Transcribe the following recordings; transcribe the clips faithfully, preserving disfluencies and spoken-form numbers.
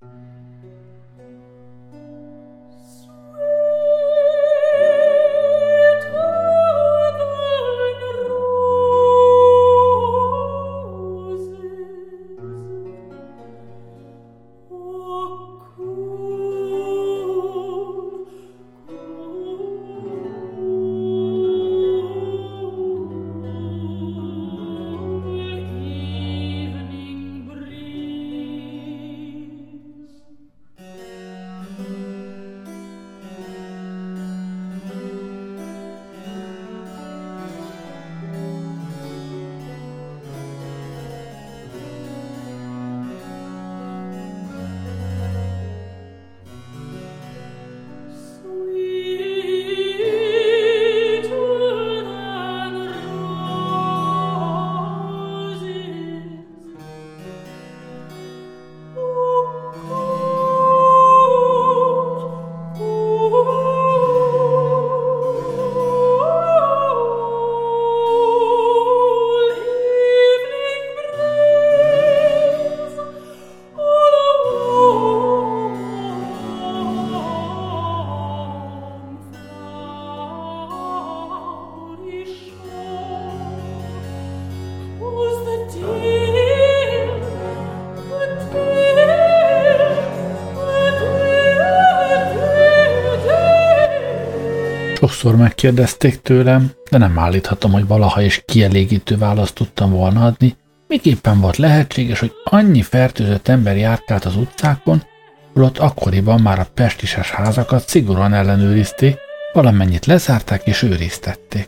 Sokszor megkérdezték tőlem, de nem állíthatom, hogy valaha is kielégítő választ tudtam volna adni, miképpen volt lehetséges, hogy annyi fertőzött ember járkált az utcákon, holott akkoriban már a pestises házakat szigorúan ellenőrizték, valamennyit lezárták és őriztették.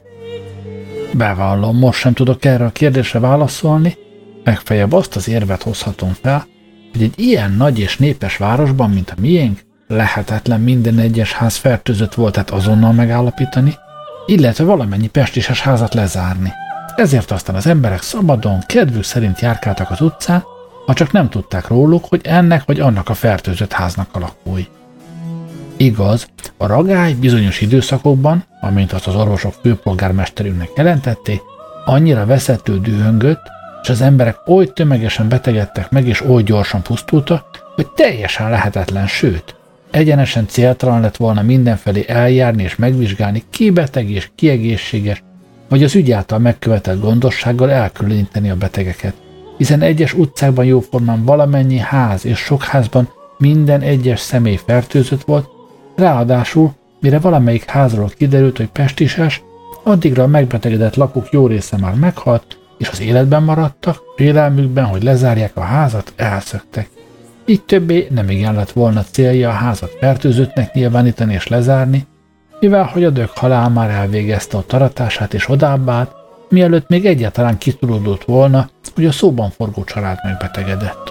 Bevallom, most sem tudok erre a kérdésre válaszolni, legfeljebb azt az érvet hozhatom fel, hogy egy ilyen nagy és népes városban, mint a miénk, lehetetlen minden egyes ház fertőzött voltát azonnal megállapítani, illetve valamennyi pestises házat lezárni. Ezért aztán az emberek szabadon, kedvük szerint járkáltak az utcán, ha csak nem tudták róluk, hogy ennek vagy annak a fertőzött háznak a lakói. Igaz, a ragály bizonyos időszakokban, amint azt az orvosok főpolgármesterünknek jelentették, annyira veszettül dühöngött, és az emberek oly tömegesen betegedtek meg és oly gyorsan pusztultak, hogy teljesen lehetetlen, sőt, egyenesen céltalan lett volna mindenfelé eljárni és megvizsgálni, ki beteg és ki egészséges, vagy az ügy által megkövetelt gondossággal elkülöníteni a betegeket, hiszen egyes utcákban jóformán valamennyi ház és sok házban minden egyes személy fertőzött volt, ráadásul, mire valamelyik házról kiderült, hogy pestises, addigra a megbetegedett lakók jó része már meghalt, és az életben maradtak, félelmükben, hogy lezárják a házat, elszöktek. Így többé nem igen lett volna célja a házat fertőzöttnek nyilvánítani és lezárni, mivel hogy a dög halál már elvégezte a taratását és odább állt, mielőtt még egyáltalán kitudódott volna, hogy a szóban forgó család megbetegedett.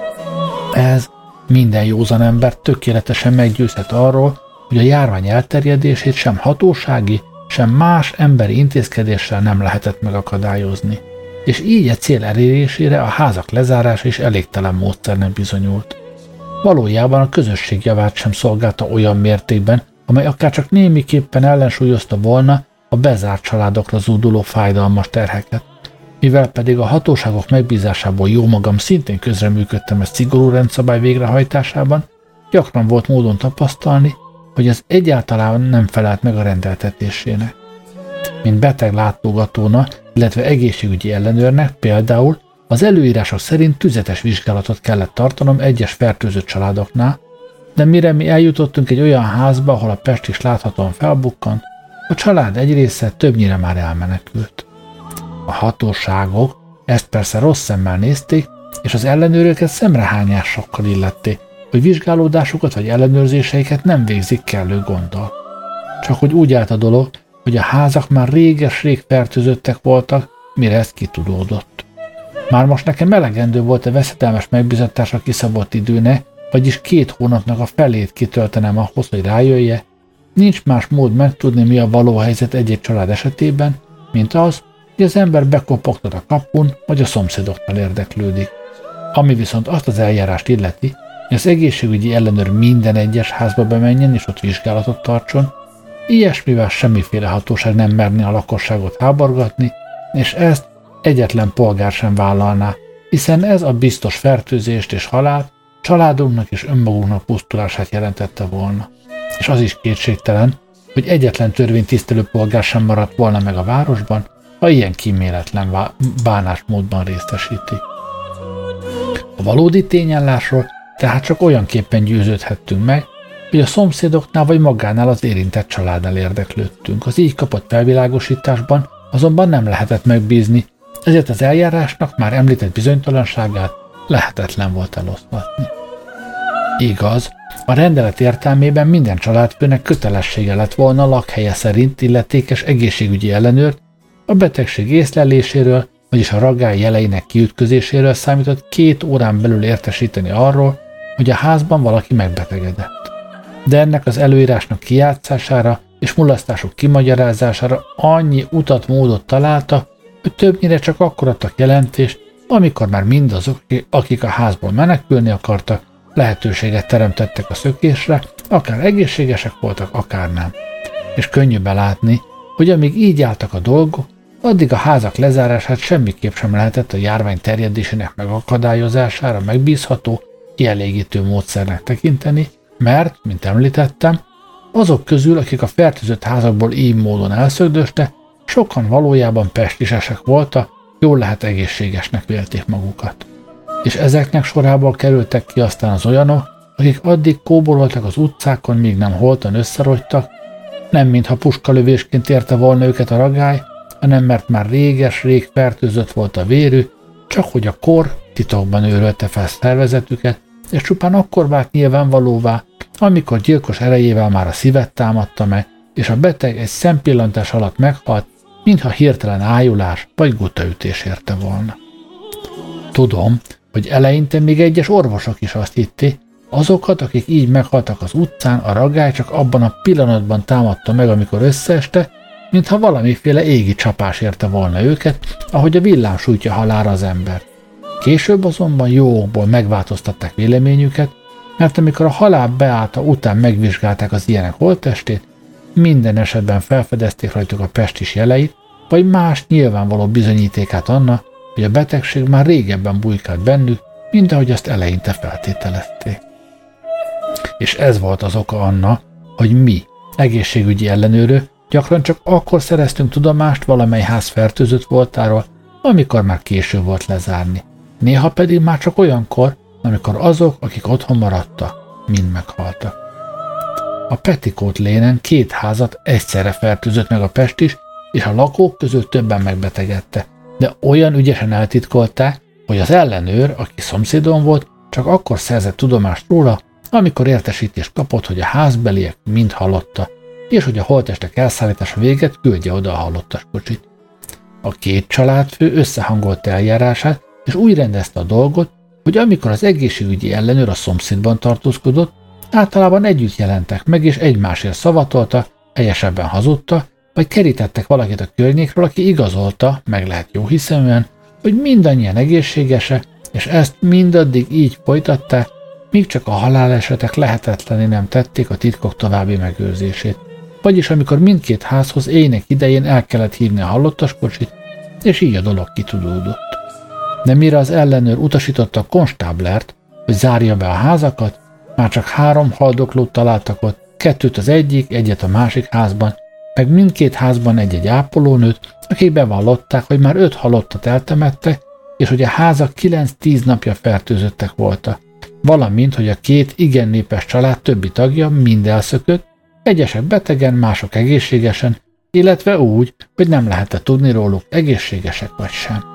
Ez minden józan ember tökéletesen meggyőzhet arról, hogy a járvány elterjedését sem hatósági, sem más emberi intézkedéssel nem lehetett megakadályozni, és így egy cél elérésére a házak lezárása is elégtelen módszernek bizonyult. Valójában a közösség javát sem szolgálta olyan mértékben, amely akár csak némiképpen ellensúlyozta volna a bezárt családokra zúduló fájdalmas terheket. Mivel pedig a hatóságok megbízásából jómagam szintén közreműködtem a szigorú rendszabály végrehajtásában, gyakran volt módon tapasztalni, hogy ez egyáltalán nem felelt meg a rendeltetésének. Mint beteg látogatónak, illetve egészségügyi ellenőrnek például az előírások szerint tüzetes vizsgálatot kellett tartanom egyes fertőzött családoknál, de mire mi eljutottunk egy olyan házba, ahol a pest is láthatóan felbukkant, a család egy része többnyire már elmenekült. A hatóságok ezt persze rossz szemmel nézték, és az ellenőröket szemrehányásokkal illették, hogy vizsgálódásukat vagy ellenőrzéseiket nem végzik kellő gonddal. Csak hogy úgy állt a dolog, hogy a házak már réges-rég fertőzöttek voltak, mire ez kitudódott. Már most nekem elegendő volt a veszedelmes megbizatásra kiszabott időnek, vagyis két hónapnak a felét kitöltenem ahhoz, hogy rájöjje, nincs más mód megtudni, mi a való helyzet egy-egy család esetében, mint az, hogy az ember bekopogtat a kapun, vagy a szomszédoktól érdeklődik. Ami viszont azt az eljárást illeti, hogy az egészségügyi ellenőr minden egyes házba bemenjen és ott vizsgálatot tartson, ilyesmivel semmiféle hatóság nem merné a lakosságot háborgatni, és ezt egyetlen polgár sem vállalná, hiszen ez a biztos fertőzést és halált családunknak és önmagunknak pusztulását jelentette volna. És az is kétségtelen, hogy egyetlen törvénytisztelő polgár sem maradt volna meg a városban, ha ilyen kíméletlen bánásmódban részesítik. A valódi tényállásról tehát csak olyanképpen győződhettünk meg, hogy a szomszédoknál vagy magánál az érintett családnál érdeklődtünk. Az így kapott felvilágosításban azonban nem lehetett megbízni, ezért az eljárásnak már említett bizonytalanságát lehetetlen volt eloszlatni. Igaz, a rendelet értelmében minden családfőnek kötelessége lett volna a lakhelye szerint illetékes egészségügyi ellenőrt a betegség észleléséről, vagyis a ragály jeleinek kiütközéséről számított két órán belül értesíteni arról, hogy a házban valaki megbetegedett. De ennek az előírásnak kijátszására és mulasztások kimagyarázására annyi utat, módot találta, hogy többnyire csak akkor adtak jelentést, amikor már mindazok, akik a házból menekülni akartak, lehetőséget teremtettek a szökésre, akár egészségesek voltak, akár nem. És könnyű belátni, hogy amíg így álltak a dolgok, addig a házak lezárását semmiképp sem lehetett a járvány terjedésének megakadályozására megbízható, kielégítő módszernek tekinteni, mert, mint említettem, azok közül, akik a fertőzött házakból így módon elszögdöste, sokan valójában pestisesek voltak, jól lehet egészségesnek vélték magukat. És ezeknek sorából kerültek ki aztán az olyanok, akik addig kóboroltak az utcákon, míg nem holtan összerogytak, nem mintha puskalövésként érte volna őket a ragály, hanem mert már réges-rég fertőzött volt a vérük, csak hogy a kor titokban őrölte fel szervezetüket, és csupán akkor vált nyilvánvalóvá, amikor gyilkos erejével már a szívet támadta meg, és a beteg egy szempillantás alatt meghalt, mintha hirtelen ájulás vagy gutaütés érte volna. Tudom, hogy eleinte még egyes orvosok is azt hitték, azokat, akik így meghaltak az utcán, a ragály csak abban a pillanatban támadta meg, amikor összeeste, mintha valamiféle égi csapás érte volna őket, ahogy a villám sújtja halálra az embert. Később azonban jó okból megváltoztatták véleményüket, mert amikor a halál beállta után megvizsgálták az ilyenek holttestét, minden esetben felfedezték rajtuk a pestis jeleit, vagy más nyilvánvaló bizonyítékát annak, hogy a betegség már régebben bujkált bennük, mint ahogy azt eleinte feltételezték. És ez volt az oka annak, hogy mi, egészségügyi ellenőrök, gyakran csak akkor szereztünk tudomást valamely ház fertőzött voltáról, amikor már késő volt lezárni. Néha pedig már csak olyankor, amikor azok, akik otthon maradtak, mind meghaltak. A Petticoat Lane-en két házat egyszerre fertőzött meg a pestis, és a lakók közül többen megbetegedte, de olyan ügyesen eltitkolták, hogy az ellenőr, aki szomszédon volt, csak akkor szerzett tudomást róla, amikor értesítést kapott, hogy a házbeliek mind hallotta, és hogy a holttestek elszállítása véget küldje oda a halottas kocsit. A két családfő összehangolt eljárását, és úgy rendezte a dolgot, hogy amikor az egészségügyi ellenőr a szomszédban tartózkodott, általában együtt jelentek meg, és egymásért szavatolta, helyesebben hazudta, vagy kerítettek valakit a környékről, aki igazolta, meg lehet jóhiszeműen, hogy mindannyian egészségesek, és ezt mindaddig így folytatták, míg csak a halálesetek lehetetlené nem tették a titkok további megőrzését. Vagyis amikor mindkét házhoz éjnek idején el kellett hívni a halottas kocsit, és így a dolog kitudódott. De mire az ellenőr utasította a konstáblert, hogy zárja be a házakat, már csak három haldoklót találtak ott, kettőt az egyik, egyet a másik házban, meg mindkét házban egy-egy ápolónőt, akik bevallották, hogy már öt halottat eltemettek, és hogy a házak kilenc-tíz napja fertőzöttek voltak, valamint, hogy a két igen népes család többi tagja mind elszökött, egyesek betegen, mások egészségesen, illetve úgy, hogy nem lehetett tudni róluk, egészségesek vagy sem.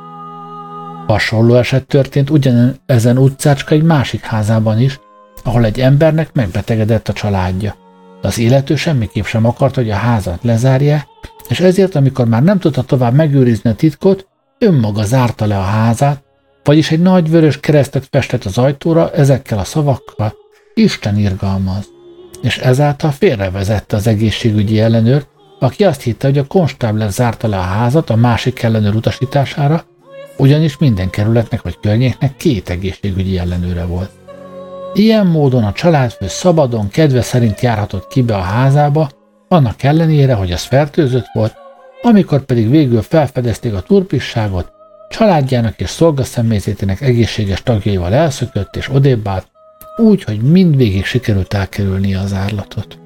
Hasonló eset történt ugyanezen utcácska egy másik házában is, ahol egy embernek megbetegedett a családja. De az illető semmiképp sem akart, hogy a házat lezárja, és ezért, amikor már nem tudta tovább megőrizni a titkot, önmaga zárta le a házát, vagyis egy nagy vörös keresztet festett az ajtóra ezekkel a szavakkal: Isten irgalmaz. És ezáltal félrevezette az egészségügyi ellenőrt, aki azt hitte, hogy a konstábler zárta le a házat a másik ellenőr utasítására, ugyanis minden kerületnek vagy környéknek két egészségügyi ellenőre volt. Ilyen módon a családfő szabadon, kedve szerint járhatott ki be a házába, annak ellenére, hogy az fertőzött volt, amikor pedig végül felfedezték a turpisságot, családjának és szolgaszemélyzetének egészséges tagjaival elszökött és odébb állt, úgy, hogy mindvégig sikerült elkerülnie az árlatot.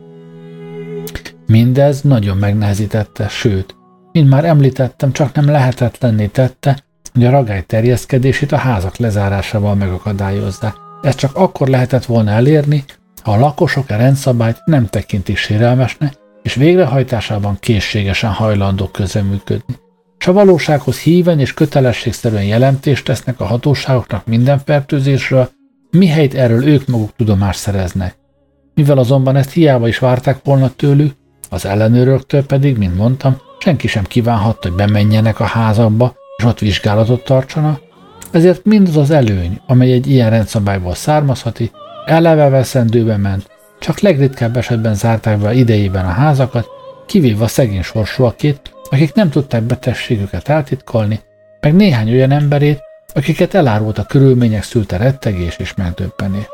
Mindez nagyon megnehezítette, sőt, mint már említettem, csak nem lehetetlenné tette, hogy a ragály terjeszkedését a házak lezárásával megakadályozzák. Ezt csak akkor lehetett volna elérni, ha a lakosok a rendszabályt nem tekintik sérelmesnek, és végrehajtásában készségesen hajlandók közreműködni. S a valósághoz híven és kötelességszerűen jelentést tesznek a hatóságoknak minden fertőzésről, mihelyt erről ők maguk tudomást szereznek. Mivel azonban ezt hiába is várták volna tőlük, az ellenőröktől pedig, mint mondtam, senki sem kívánhatta, hogy bemenjenek a házakba, és ott vizsgálatot tartsanak, ezért mindaz az előny, amely egy ilyen rendszabályból származhati, eleve veszendőbe ment, csak legritkább esetben zárták be idejében a házakat, kivéve a szegény sorsúakét, akik nem tudták betegségüket eltitkolni, meg néhány olyan emberét, akiket elárult a körülmények szülte rettegés és megdöbbenés.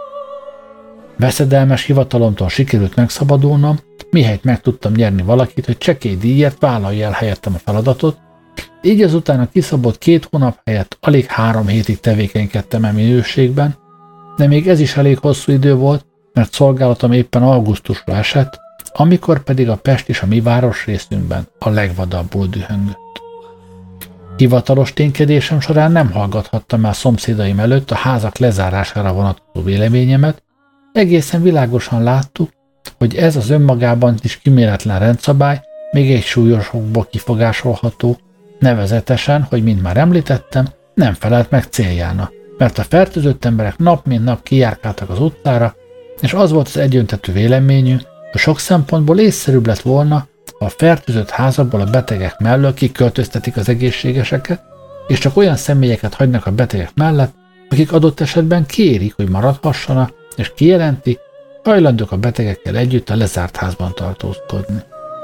Veszedelmes hivatalomtól sikerült megszabadulnom, mihelyt meg tudtam nyerni valakit, hogy csekély díjért vállalja el helyettem a feladatot, így azután a kiszabott két hónap helyett alig három hétig tevékenykedtem e minőségben, de még ez is elég hosszú idő volt, mert szolgálatom éppen augusztusra esett, amikor pedig a Pest és a mi városrészünkben a legvadabbul dühöngött. Hivatalos ténykedésem során nem hallgathattam el szomszédaim előtt a házak lezárására vonatkozó véleményemet, egészen világosan láttuk, hogy ez az önmagában is kiméletlen rendszabály még egy súlyosokból kifogásolható, nevezetesen, hogy mint már említettem, nem felelt meg céljának, mert a fertőzött emberek nap mint nap kijárkáltak az utcára, és az volt az egyöntetű véleményünk, hogy sok szempontból észszerűbb lett volna, ha a fertőzött házakból a betegek mellől kiköltöztetik az egészségeseket, és csak olyan személyeket hagynak a betegek mellett, akik adott esetben kérik, hogy maradhassanak, és kijelenti, hajlandók a betegekkel együtt a lezárt házban tartózkodni.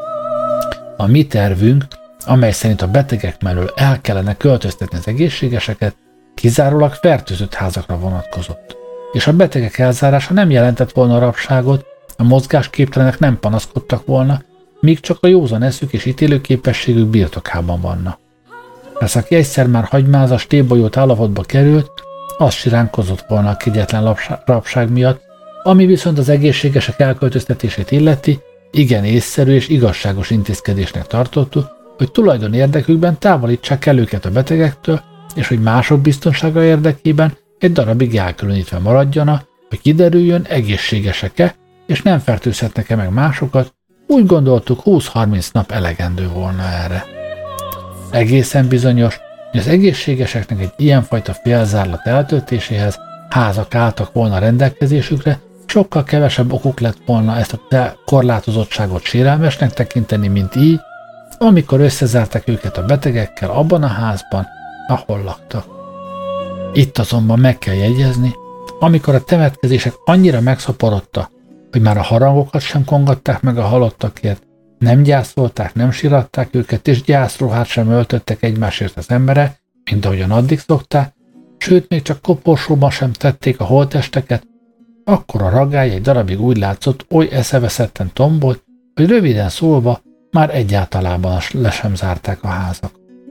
A mi tervünk, amely szerint a betegek mellől el kellene költöztetni az egészségeseket, kizárólag fertőzött házakra vonatkozott, és a betegek elzárása nem jelentett volna a rabságot, a mozgásképtelenek nem panaszkodtak volna, míg csak a józan eszük és ítélőképességük birtokában vannak. Persze, aki egyszer már hagymázas, tébolyót állapotba került, az siránkozott volna a kegyetlen rabság miatt, ami viszont az egészségesek elköltöztetését illeti, igen észszerű és igazságos intézkedésnek tartottuk, hogy tulajdon érdekükben távolítsák el őket a betegektől, és hogy mások biztonsága érdekében egy darabig elkülönítve maradjanak, hogy kiderüljön, egészségesek-e, és nem fertőzhetnek-e meg másokat, úgy gondoltuk húsz-harminc nap elegendő volna erre. Egészen bizonyos, hogy az egészségeseknek egy ilyenfajta félzárlat eltöltéséhez házak álltak volna rendelkezésükre, sokkal kevesebb okuk lett volna ezt a korlátozottságot sérelmesnek tekinteni, mint így, amikor összezárták őket a betegekkel abban a házban, ahol laktak. Itt azonban meg kell jegyezni, amikor a temetkezések annyira megszaporodtak, hogy már a harangokat sem kongatták meg a halottakért, nem gyászolták, nem siratták őket, és gyászruhát sem öltöttek egymásért az emberek, mint ahogyan addig szokták, sőt, még csak koporsóban sem tették a holttesteket, akkor a ragály egy darabig úgy látszott, oly eszeveszetten tombolt, hogy röviden szólva már egyáltalában le sem zárták a házak.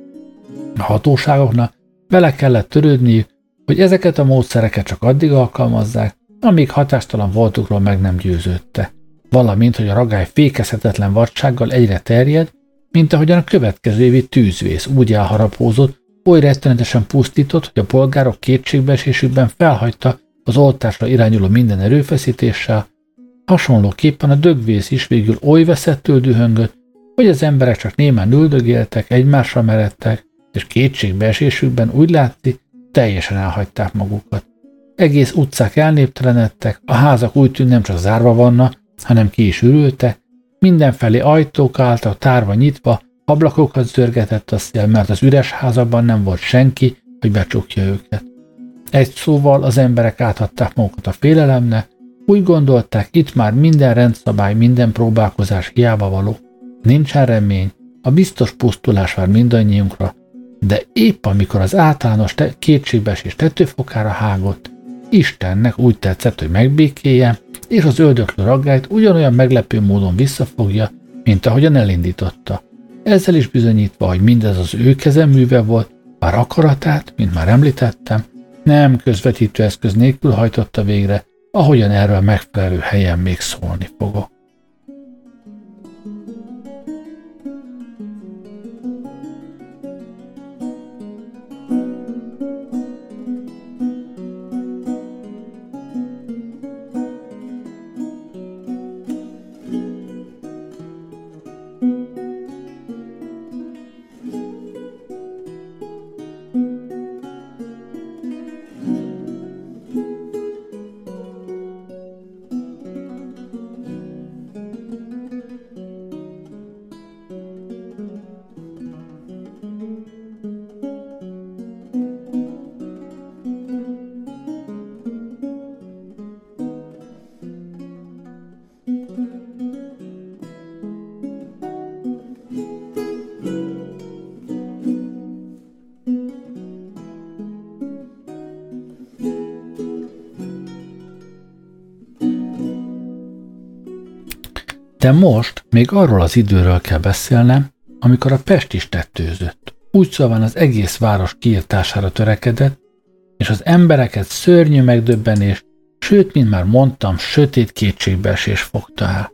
A hatóságoknak bele kellett törődniük, hogy ezeket a módszereket csak addig alkalmazzák, amíg hatástalan voltukról meg nem győződte, valamint, hogy a ragály fékezhetetlen vadsággal egyre terjed, mint ahogyan a következő évi tűzvész úgy elharapózott, oly rettenetesen pusztított, hogy a polgárok kétségbeesésükben felhagyta az oltásra irányuló minden erőfeszítéssel, hasonlóképpen a dögvész is végül oly veszettől dühöngött, hogy az emberek csak némán üldögéltek, egymásra meredtek, és kétségbeesésükben úgy látszik, teljesen elhagyták magukat. Egész utcák elnéptelenedtek, a házak úgy tűnt nem csak zárva vannak, hanem ki is ürültek, mindenfelé ajtók álltak tárva nyitva, ablakokat zörgetett a szél, mert az üres házakban nem volt senki, hogy becsukja őket. Egy szóval az emberek átadták magukat a félelemnek, úgy gondolták, itt már minden rendszabály, minden próbálkozás hiába való. Nincsen remény, a biztos pusztulás vár mindannyiunkra, de épp amikor az általános te- kétségbeesés tetőfokára hágott, Istennek úgy tetszett, hogy megbékéljen, és az öldöklő raggályt ugyanolyan meglepő módon visszafogja, mint ahogyan elindította. Ezzel is bizonyítva, hogy mindez az ő kezeműve volt, bár akaratát, mint már említettem, nem közvetítő eszköz nélkül hajtotta végre, ahogyan erről megfelelő helyen még szólni fogok. De most még arról az időről kell beszélnem, amikor a Pest is tettőzött. Úgy szóval az egész város kiirtására törekedett, és az embereket szörnyű megdöbbenés, sőt, mint már mondtam, sötét kétségbeesés fogta el.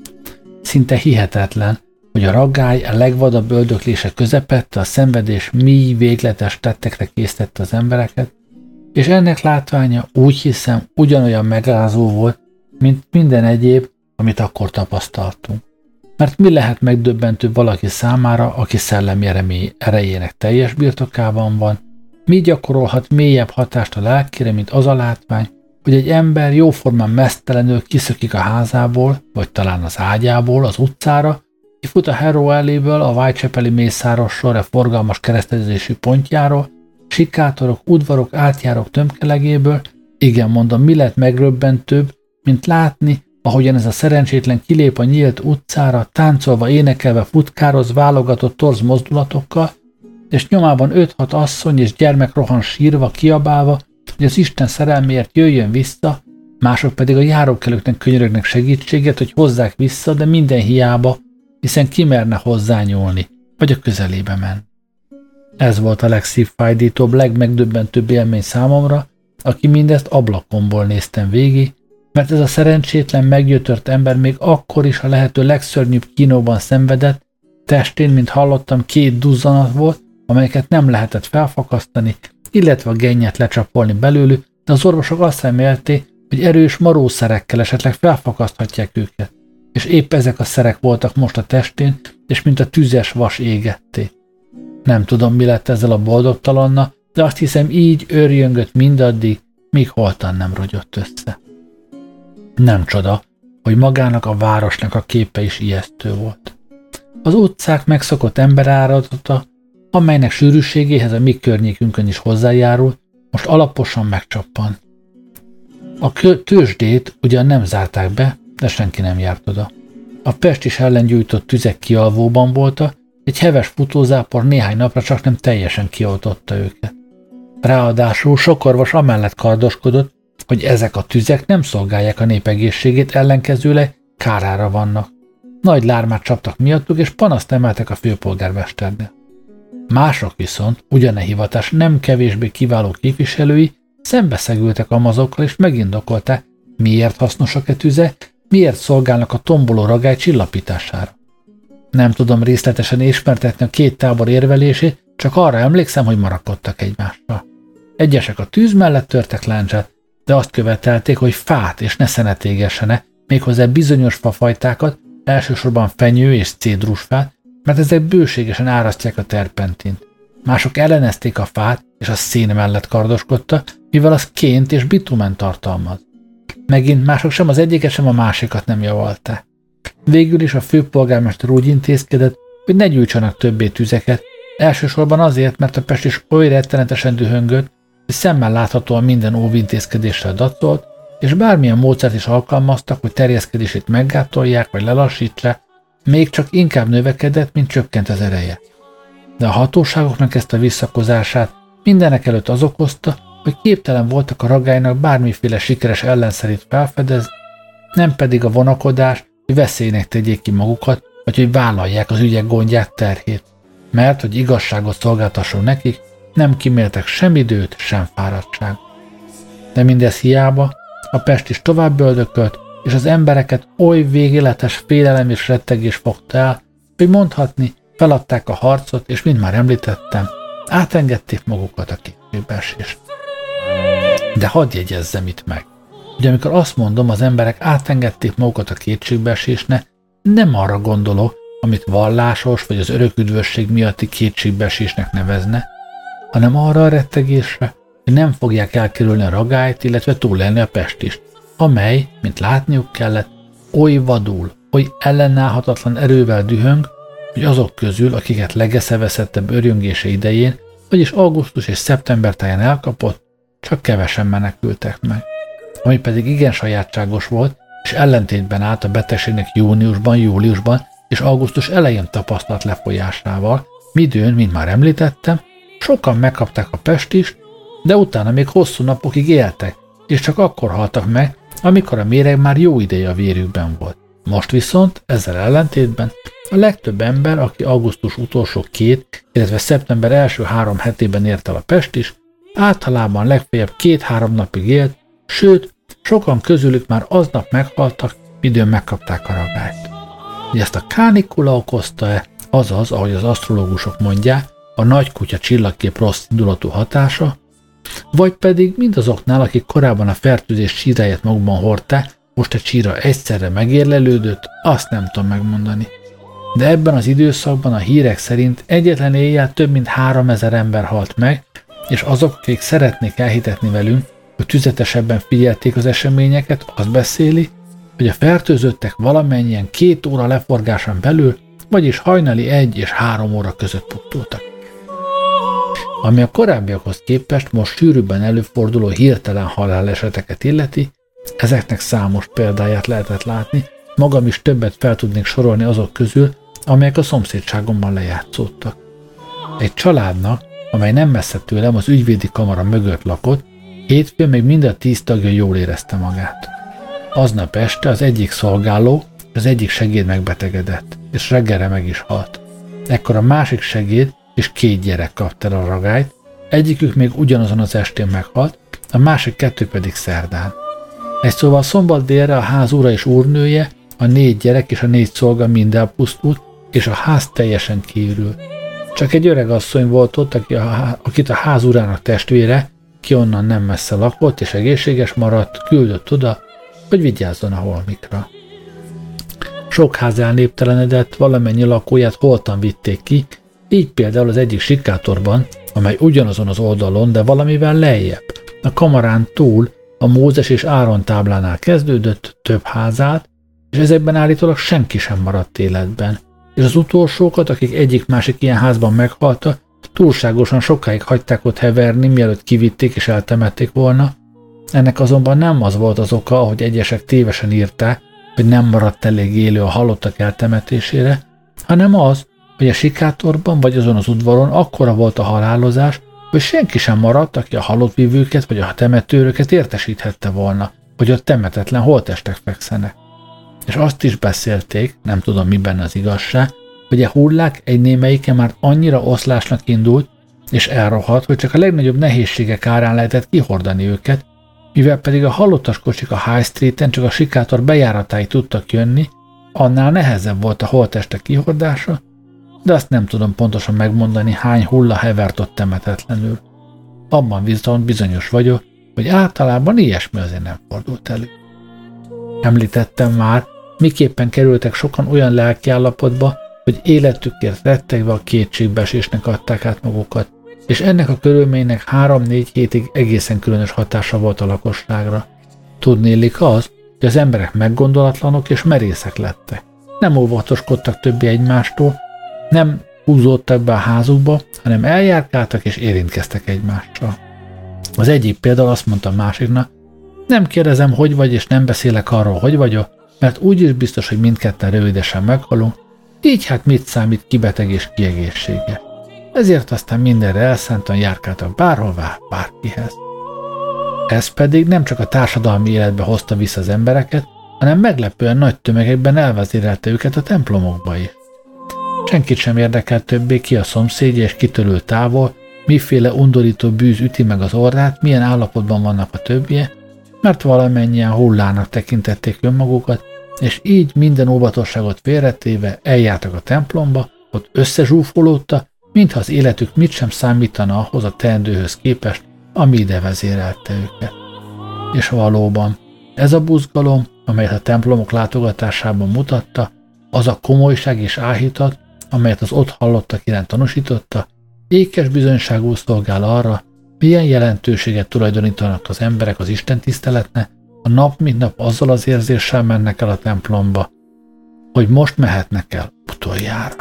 Szinte hihetetlen, hogy a ragály a legvadabb öldöklése közepette a szenvedés mély végletes tettekre késztette az embereket, és ennek látványa úgy hiszem ugyanolyan megrázó volt, mint minden egyéb, amit akkor tapasztaltunk. Mert mi lehet megdöbbentőbb valaki számára, aki szellemi erejének teljes birtokában van, mi gyakorolhat mélyebb hatást a lelkére, mint az a látvány, hogy egy ember jóformán meztelenül kiszökik a házából, vagy talán az ágyából az utcára, kifut a Harrow Alley-ből a Whitechapel-i mészárosról, a forgalmas keresztezési pontjáról, sikátorok, udvarok, átjárok tömkelegéből, igen mondom, mi lett megröbbentőbb, mint látni, ahogyan ez a szerencsétlen kilép a nyílt utcára, táncolva, énekelve, futkároz, válogatott torz mozdulatokkal, és nyomában öt-hat asszony és gyermek rohan sírva, kiabálva, hogy az Isten szerelméért jöjjön vissza, mások pedig a járókelőknek könyörögnek segítséget, hogy hozzák vissza, de minden hiába, hiszen ki merne hozzányúlni, vagy a közelébe menni. Ez volt a legszívfájdítóbb, legmegdöbbentőbb élmény számomra, aki mindezt ablakomból néztem végig, mert ez a szerencsétlen, meggyötört ember még akkor is a lehető legszörnyűbb kínóban szenvedett, testén, mint hallottam, két duzzanat volt, amelyeket nem lehetett felfakasztani, illetve a gennyet lecsapolni belőlük, de az orvosok azt remélték, hogy erős marószerekkel esetleg felfakaszthatják őket, és épp ezek a szerek voltak most a testén, és mint a tüzes vas égették. Nem tudom, mi lett ezzel a boldogtalannal, de azt hiszem így őrjöngött mindaddig, míg holtan nem rogyott össze. Nem csoda, hogy magának a városnak a képe is ijesztő volt. Az utcák megszokott emberáradata, amelynek sűrűségéhez a mi környékünkön is hozzájárult, most alaposan megcsappant. A tőzsdét ugyan nem zárták be, de senki nem járt oda. A Pest is ellengyújtott tüzek kialvóban voltak, egy heves futózápor néhány napra csak nem teljesen kioltotta őket. Ráadásul sok orvos amellett kardoskodott, hogy ezek a tüzek nem szolgálják a nép egészségét, ellenkezőleg kárára vannak. Nagy lármát csaptak miattuk, és panaszt emeltek a főpolgármesternél. Mások viszont, ugyane hivatás nem kevésbé kiváló képviselői, szembeszegültek a mazokkal, és megindokolták, miért hasznosak e tüzek, miért szolgálnak a tomboló ragály csillapítására. Nem tudom részletesen ismertetni a két tábor érvelését, csak arra emlékszem, hogy marakodtak egymással. Egyesek a tűz mellett törtek láncsát, de azt követelték, hogy fát és ne szenet égessenek, méghozzá bizonyos fafajtákat, elsősorban fenyő és cédrusfát, mert ezek bőségesen árasztják a terpentint. Mások ellenezték a fát, és a szén mellett kardoskodtak, mivel az ként és bitumen tartalmaz. Megint mások sem az egyiket, sem a másikat nem javalták. Végül is a főpolgármester úgy intézkedett, hogy ne gyújtsanak többé tüzeket, elsősorban azért, mert a Pest is oly rettenetesen dühöngött, hogy szemmel láthatóan minden óvintézkedéssel dacolt, és bármilyen módszert is alkalmaztak, hogy terjeszkedését meggátolják vagy lelassítsák, még csak inkább növekedett, mint csökkent az ereje. De a hatóságoknak ezt a visszakozását mindenek előtt az okozta, hogy képtelen voltak a ragálynak bármiféle sikeres ellenszerét felfedezni, nem pedig a vonakodás, hogy veszélynek tegyék ki magukat, vagy hogy vállalják az ügyek gondját, terhét, mert, hogy igazságot szolgáltasson nekik, nem kíméltek sem időt, sem fáradtságot. De mindez hiába, a Pest is tovább öldökölt, és az embereket oly végéletes félelem és rettegés fogta el, hogy mondhatni, feladták a harcot, és mint már említettem, átengedték magukat a kétségbeesést. De hadd jegyezzem itt meg, hogy amikor azt mondom, az emberek átengedték magukat a kétségbeesésnek, nem arra gondolok, amit vallásos vagy az örök üdvösség miatti kétségbeesésnek nevezne, hanem arra a rettegésre, hogy nem fogják elkerülni a ragályt, illetve túlélni a Pestist, amely, mint látniuk kellett, oly vadul, oly ellenállhatatlan erővel dühöng, hogy azok közül, akiket legeszeveszettebb örjöngése idején, vagyis augusztus és szeptember táján elkapott, csak kevesen menekültek meg. Ami pedig igen sajátságos volt, és ellentétben állt a betegségnek júniusban, júliusban és augusztus elején tapasztalt lefolyásával, midőn, mint már említettem, sokan megkapták a Pestist, de utána még hosszú napokig éltek, és csak akkor haltak meg, amikor a méreg már jó ideje a vérükben volt. Most viszont, ezzel ellentétben, a legtöbb ember, aki augusztus utolsó két, illetve szeptember első három hetében ért el a Pestis, általában legfeljebb két-három napig élt, sőt, sokan közülük már aznap meghaltak, midőn megkapták a ragályt. Hogy ezt a kánikula okozta-e, azaz, ahogy az asztrológusok mondják, a nagy kutya csillagkép rossz indulatú hatása, vagy pedig mindazoknál, akik korábban a fertőzés csíráját magukban hordták, most a csíra egyszerre megérlelődött, azt nem tudom megmondani. De ebben az időszakban a hírek szerint egyetlen éjjel több mint háromezer ember halt meg, és azok, akik szeretnék elhitetni velünk, hogy tüzetesebben figyelték az eseményeket, azt beszéli, hogy a fertőzöttek valamennyien két óra leforgásán belül, vagyis hajnali egy és három óra között puttultak. Ami a korábbiakhoz képest most sűrűbben előforduló hirtelen haláleseteket illeti, ezeknek számos példáját lehetett látni, magam is többet fel tudnék sorolni azok közül, amelyek a szomszédságomban lejátszódtak. Egy családnak, amely nem messze tőlem az ügyvédi kamara mögött lakott, hétfőn még mind a tíz tagja jól érezte magát. Aznap este az egyik szolgáló, az egyik segéd megbetegedett, és reggelre meg is halt. Ekkor a másik segéd és két gyerek kapta el a ragályt, egyikük még ugyanazon az estén meghalt, a másik kettő pedig szerdán. Egy szóval szombat délre a ház ura és úrnője, a négy gyerek és a négy szolga mind elpusztult, és a ház teljesen kiürült. Csak egy öreg asszony volt ott, aki a, akit a ház urának testvére, ki onnan nem messze lakott és egészséges maradt, küldött oda, hogy vigyázzon a holmikra. Sok ház elnéptelenedett, valamennyi lakóját holtan vitték ki, így például az egyik sikátorban, amely ugyanazon az oldalon, de valamivel lejjebb, a kamarán túl, a Mózes és Áron táblánál kezdődött, több házát, és ezekben állítólag senki sem maradt életben, és az utolsókat, akik egyik-másik ilyen házban meghaltak, túlságosan sokáig hagyták ott heverni, mielőtt kivitték és eltemették volna. Ennek azonban nem az volt az oka, ahogy egyesek tévesen írták, hogy nem maradt elég élő a halottak eltemetésére, hanem az, hogy a sikátorban vagy azon az udvaron akkora volt a halálozás, hogy senki sem maradt, aki a halottvívőket vagy a temetőröket értesíthette volna, hogy ott temetetlen holttestek fekszenek. És azt is beszélték, nem tudom mi benne az igazság, hogy a hullák egy némelyike már annyira oszlásnak indult, és elrohadt, hogy csak a legnagyobb nehézségek árán lehetett kihordani őket, mivel pedig a halottas kocsik a High Streeten csak a sikátor bejáratáig tudtak jönni, annál nehezebb volt a holttestek kihordása, de azt nem tudom pontosan megmondani, hány hulla hevert ott temetetlenül. Abban viszont bizonyos vagyok, hogy általában ilyesmi azért nem fordult elő. Említettem már, miképpen kerültek sokan olyan lelkiállapotba, hogy életükért rettegve a kétségbeesésnek adták át magukat, és ennek a körülménynek három-négy hétig egészen különös hatása volt a lakosságra. Tudnélik az, hogy az emberek meggondolatlanok és merészek lettek. Nem óvatoskodtak többé egymástól, nem húzódtak be a házukba, hanem eljárkáltak és érintkeztek egymással. Az egyik például azt mondta a másiknak, nem kérdezem, hogy vagy, és nem beszélek arról, hogy vagyok, mert úgyis biztos, hogy mindketten rövidesen meghalunk, így hát mit számít ki beteg és ki egészsége. Ezért aztán mindenre elszántan járkáltak bárhová, bárkihez. Ez pedig nem csak a társadalmi életbe hozta vissza az embereket, hanem meglepően nagy tömegekben elvezérelte őket a templomokba is. Senkit sem érdekel többé, ki a szomszédja és kitől távol, miféle undorító bűz üti meg az orrát, milyen állapotban vannak a többie, mert valamennyien hullának tekintették önmagukat, és így minden óvatosságot félretéve eljártak a templomba, ott összezsúfolódta, mintha az életük mit sem számítana ahhoz a teendőhöz képest, ami ide vezérelte őket. És valóban, ez a buzgalom, amelyet a templomok látogatásában mutatta, az a komolyság és áhítat, amelyet az ott hallottak iránt tanúsította, ékes bizonyságú szolgál arra, milyen jelentőséget tulajdonítanak az emberek az istentiszteletnek, a nap mint nap azzal az érzéssel mennek el a templomba, hogy most mehetnek el utoljára.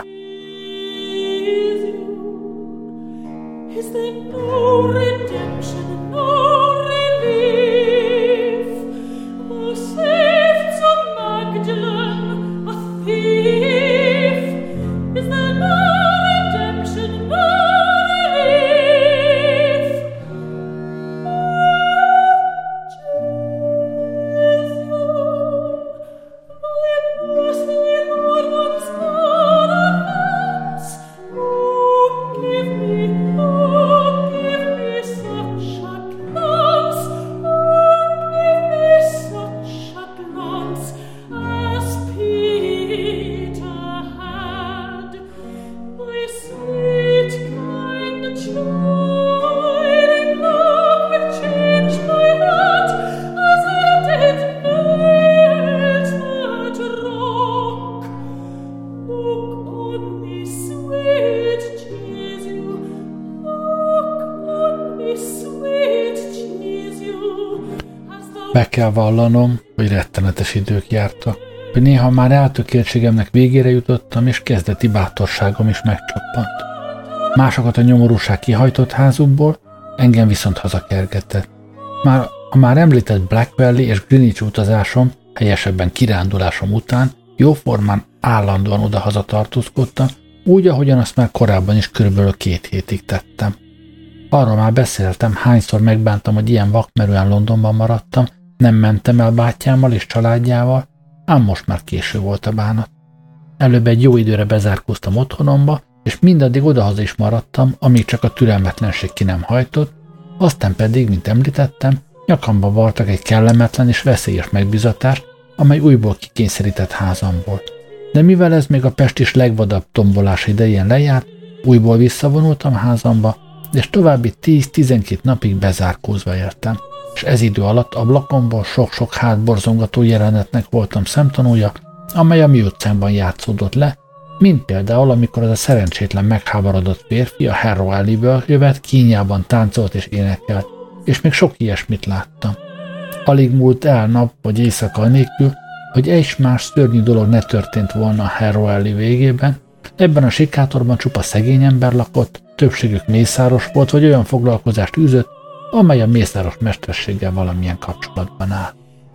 Be kell vallanom, hogy rettenetes idők jártak, hogy néha már eltökéltségemnek végére jutottam, és kezdeti bátorságom is megcsappant. Másokat a nyomorúság kihajtott házukból, engem viszont hazakergetett. Már a már említett Black Valley és Greenwich utazásom, helyesebben kirándulásom után jóformán állandóan oda-haza tartózkodtam, úgy, ahogyan azt már korábban is körülbelül két hétig tettem. Arról már beszéltem, hányszor megbántam, hogy ilyen vakmerően Londonban maradtam, nem mentem el bátyámmal és családjával, ám most már késő volt a bánat. Előbb egy jó időre bezárkóztam otthonomba, és mindaddig odahaza is maradtam, amíg csak a türelmetlenség ki nem hajtott, aztán pedig, mint említettem, nyakamba vartak egy kellemetlen és veszélyes megbizatást, amely újból kikényszerített házamból. De mivel ez még a pestis legvadabb tombolás idején lejárt, újból visszavonultam házamba, és további tíz-tizenkét napig bezárkózva éltem, és ez idő alatt ablakomból sok-sok hátborzongató jelenetnek voltam szemtanúja, amely a mi utcánkban játszódott le, mint például, amikor az a szerencsétlen megháborodott férfi a Harrow Alley-ből jövet, kínjában táncolt és énekelt, és még sok ilyesmit láttam. Alig múlt el nap vagy éjszaka nélkül, hogy egy más szörnyű dolog ne történt volna a Harrow Alley végében. Ebben a sikátorban csupa szegény ember lakott, többségük mészáros volt, vagy olyan foglalkozást űzött, amely a mészáros mesterséggel valamilyen kapcsolatban áll.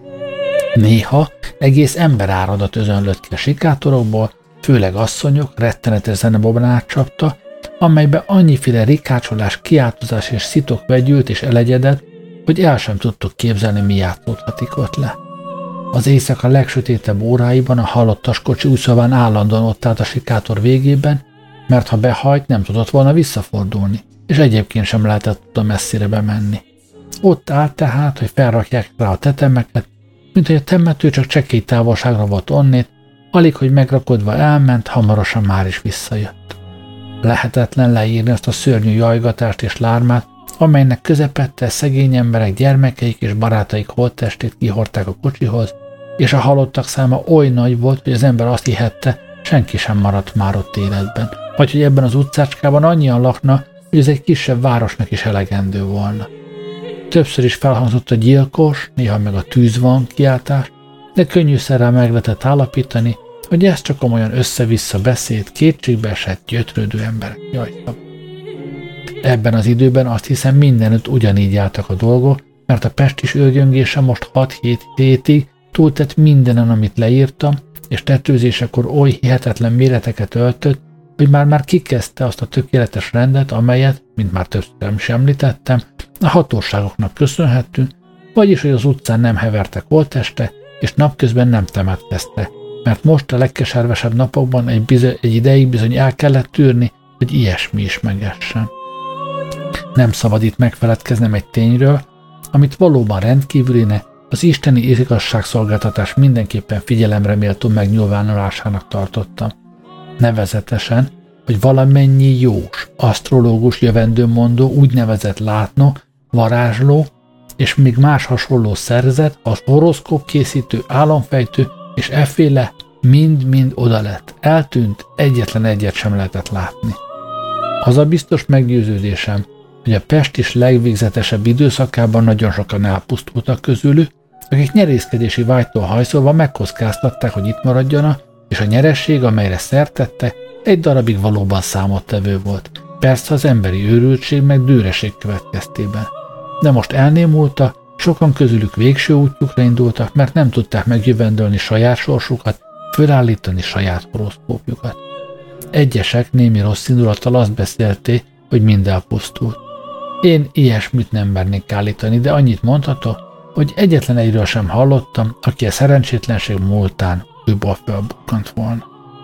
Néha egész emberáradat özönlött ki a sikátorokból, főleg asszonyok, rettenetes zenebobban átcsapta, amelybe annyiféle rikácsolás, kiáltozás és szitok vegyült és elegyedett, hogy el sem tudtuk képzelni, mi játszódhatik ott le. Az éjszaka legsötétebb óráiban a halottas kocsi úszóván állandóan ott állt a sikátor végében, mert ha behajt, nem tudott volna visszafordulni, és egyébként sem lehetett oda messzire bemenni. Ott állt tehát, hogy felrakják rá a tetemeket, mint hogy a temető csak csekély távolságra volt onnét, alig, hogy megrakodva elment, hamarosan már is visszajött. Lehetetlen leírni azt a szörnyű jajgatást és lármát, amelynek közepette szegény emberek, gyermekeik és barátaik holttestét kihordták a kocsihoz, és a halottak száma oly nagy volt, hogy az ember azt hihette, senki sem maradt már ott életben, vagy hogy ebben az utcácskában annyian lakna, hogy ez egy kisebb városnak is elegendő volna. Többször is felhangzott a gyilkos, néha meg a tűzvan kiáltás, de könnyűszerrel meg lehetett állapítani, hogy ez csak olyan össze-vissza beszéd, kétségbe esett, gyötrődő emberek jajta. Ebben az időben azt hiszem mindenütt ugyanígy álltak a dolgok, mert a pestis őrjöngése most hat-hét hétig túltett mindenen, amit leírtam, és tetőzésekor oly hihetetlen méreteket öltött, hogy már-már kikezdte azt a tökéletes rendet, amelyet, mint már többször is említettem, a hatóságoknak köszönhettünk, vagyis, hogy az utcán nem hevertek holtteste, és napközben nem temetkeztek, mert most a legkeservesebb napokban egy, bizony, egy ideig bizony el kellett tűrni, hogy ilyesmi is megessen. Nem szabad itt megfeledkeznem egy tényről, amit valóban rendkívülinek az isteni igazságszolgáltatás mindenképpen figyelemre méltó megnyilvánulásának tartottam. Nevezetesen, hogy valamennyi jós, asztrológus, jövendőmondó, úgynevezett látnó, varázsló és még más hasonló szerzet, az horoszkóp készítő, álomfejtő és efféle mind-mind oda lett. Eltűnt, egyetlen egyet sem lehetett látni. Az a biztos meggyőződésem, hogy a pestis legvégzetesebb időszakában nagyon sokan elpusztultak közülük, akik nyerészkedési vágytól hajszolva megkockáztatták, hogy itt maradjanak, és a nyeresség, amelyre szert tettek, egy darabig valóban számottevő volt. Persze az emberi őrültség meg dőreség következtében. De most elnémultak, sokan közülük végső útjukra indultak, mert nem tudták megjövendölni saját sorsukat, fölállítani saját horoszkópjukat. Egyesek némi rossz indulattal azt beszélték, hogy mind elpusztult. Én ilyesmit nem mernék állítani, de annyit mondhatok, hogy egyetlen egyről sem hallottam, aki a szerencsétlenség múltán újból felbukkant volna.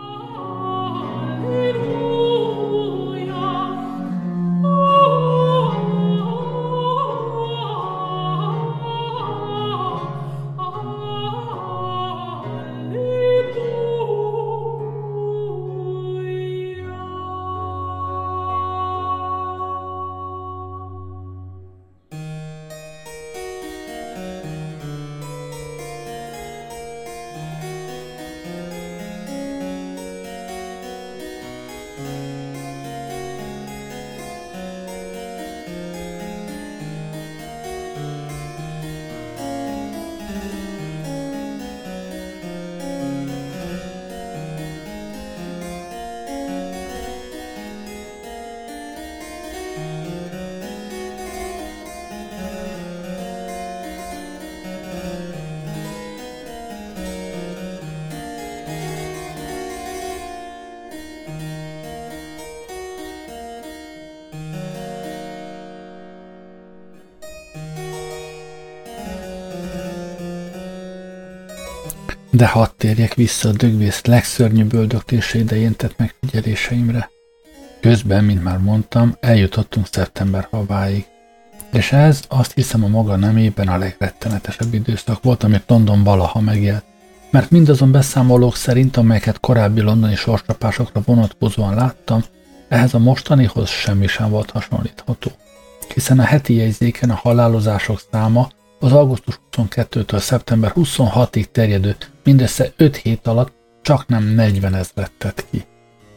De hadd térjek vissza a dögvész legszörnyűbb öldöklése idején tett megfigyeléseimre. Közben, mint már mondtam, eljutottunk szeptember haváig. És ez azt hiszem a maga nemében a legrettenetesebb időszak volt, amit London valaha megélt. Mert mindazon beszámolók szerint, amelyeket korábbi londoni sorscsapásokra vonatkozóan láttam, ehhez a mostanihoz semmi sem volt hasonlítható. Hiszen a heti jegyzéken a halálozások száma az augusztus huszonkettőtől szeptember huszonhatig terjedő mindössze öt hét alatt csak nem negyvenezret tett ki.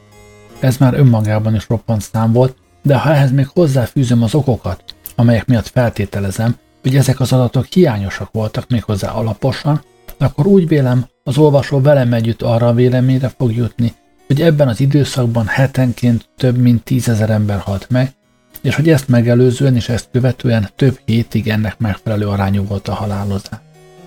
Ez már önmagában is roppant szám volt, de ha ehhez még hozzáfűzöm az okokat, amelyek miatt feltételezem, hogy ezek az adatok hiányosak voltak méghozzá alaposan, akkor úgy vélem, az olvasó velem együtt arra a véleményre fog jutni, hogy ebben az időszakban hetenként több mint tízezer ember halt meg, és hogy ezt megelőzően és ezt követően több hétig ennek megfelelő arányú volt a halálozás.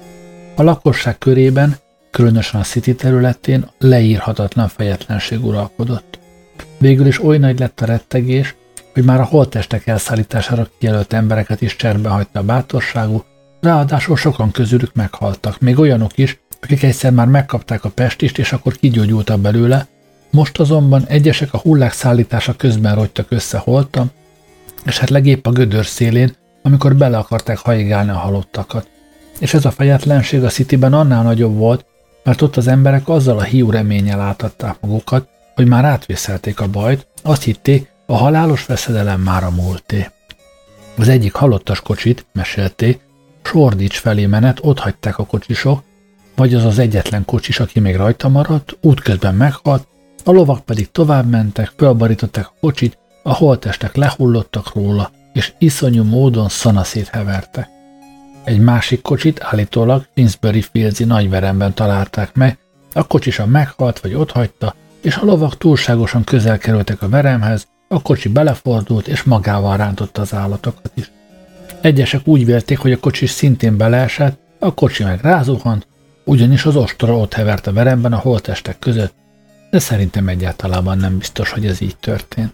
A lakosság körében, különösen a City területén leírhatatlan fejetlenség uralkodott. Végül is oly nagy lett a rettegés, hogy már a holttestek elszállítására kijelölt embereket is cserbe hagyta a bátorságú, ráadásul sokan közülük meghaltak, még olyanok is, akik egyszer már megkapták a pestist, és akkor kigyógyultak belőle, most azonban egyesek a hullák szállítása közben rogytak össze holtan, és hát legépp a gödör szélén, amikor bele akarták hajigálni a halottakat. És ez a fejetlenség a Cityben annál nagyobb volt, mert ott az emberek azzal a hiú reménnyel láttatták magukat, hogy már átvészelték a bajt, azt hitték, a halálos veszedelem már a múlté. Az egyik halottas kocsit, mesélték, Shoreditch felé menet, ott hagyták a kocsisok, vagy az az egyetlen kocsis, aki még rajta maradt, útközben meghalt, a lovak pedig tovább mentek, fölbarították a kocsit, a holttestek lehullottak róla, és iszonyú módon szanaszét hevertek. Egy másik kocsit állítólag Finsbury Fields-i nagyveremben találták meg, a kocsisa meghalt vagy otthagyta, és a lovak túlságosan közel kerültek a veremhez, a kocsi belefordult és magával rántotta az állatokat is. Egyesek úgy vélték, hogy a kocsis szintén beleesett, a kocsi meg rázuhant, ugyanis az ostora ott hevert a veremben a holttestek között, de szerintem egyáltalában nem biztos, hogy ez így történt.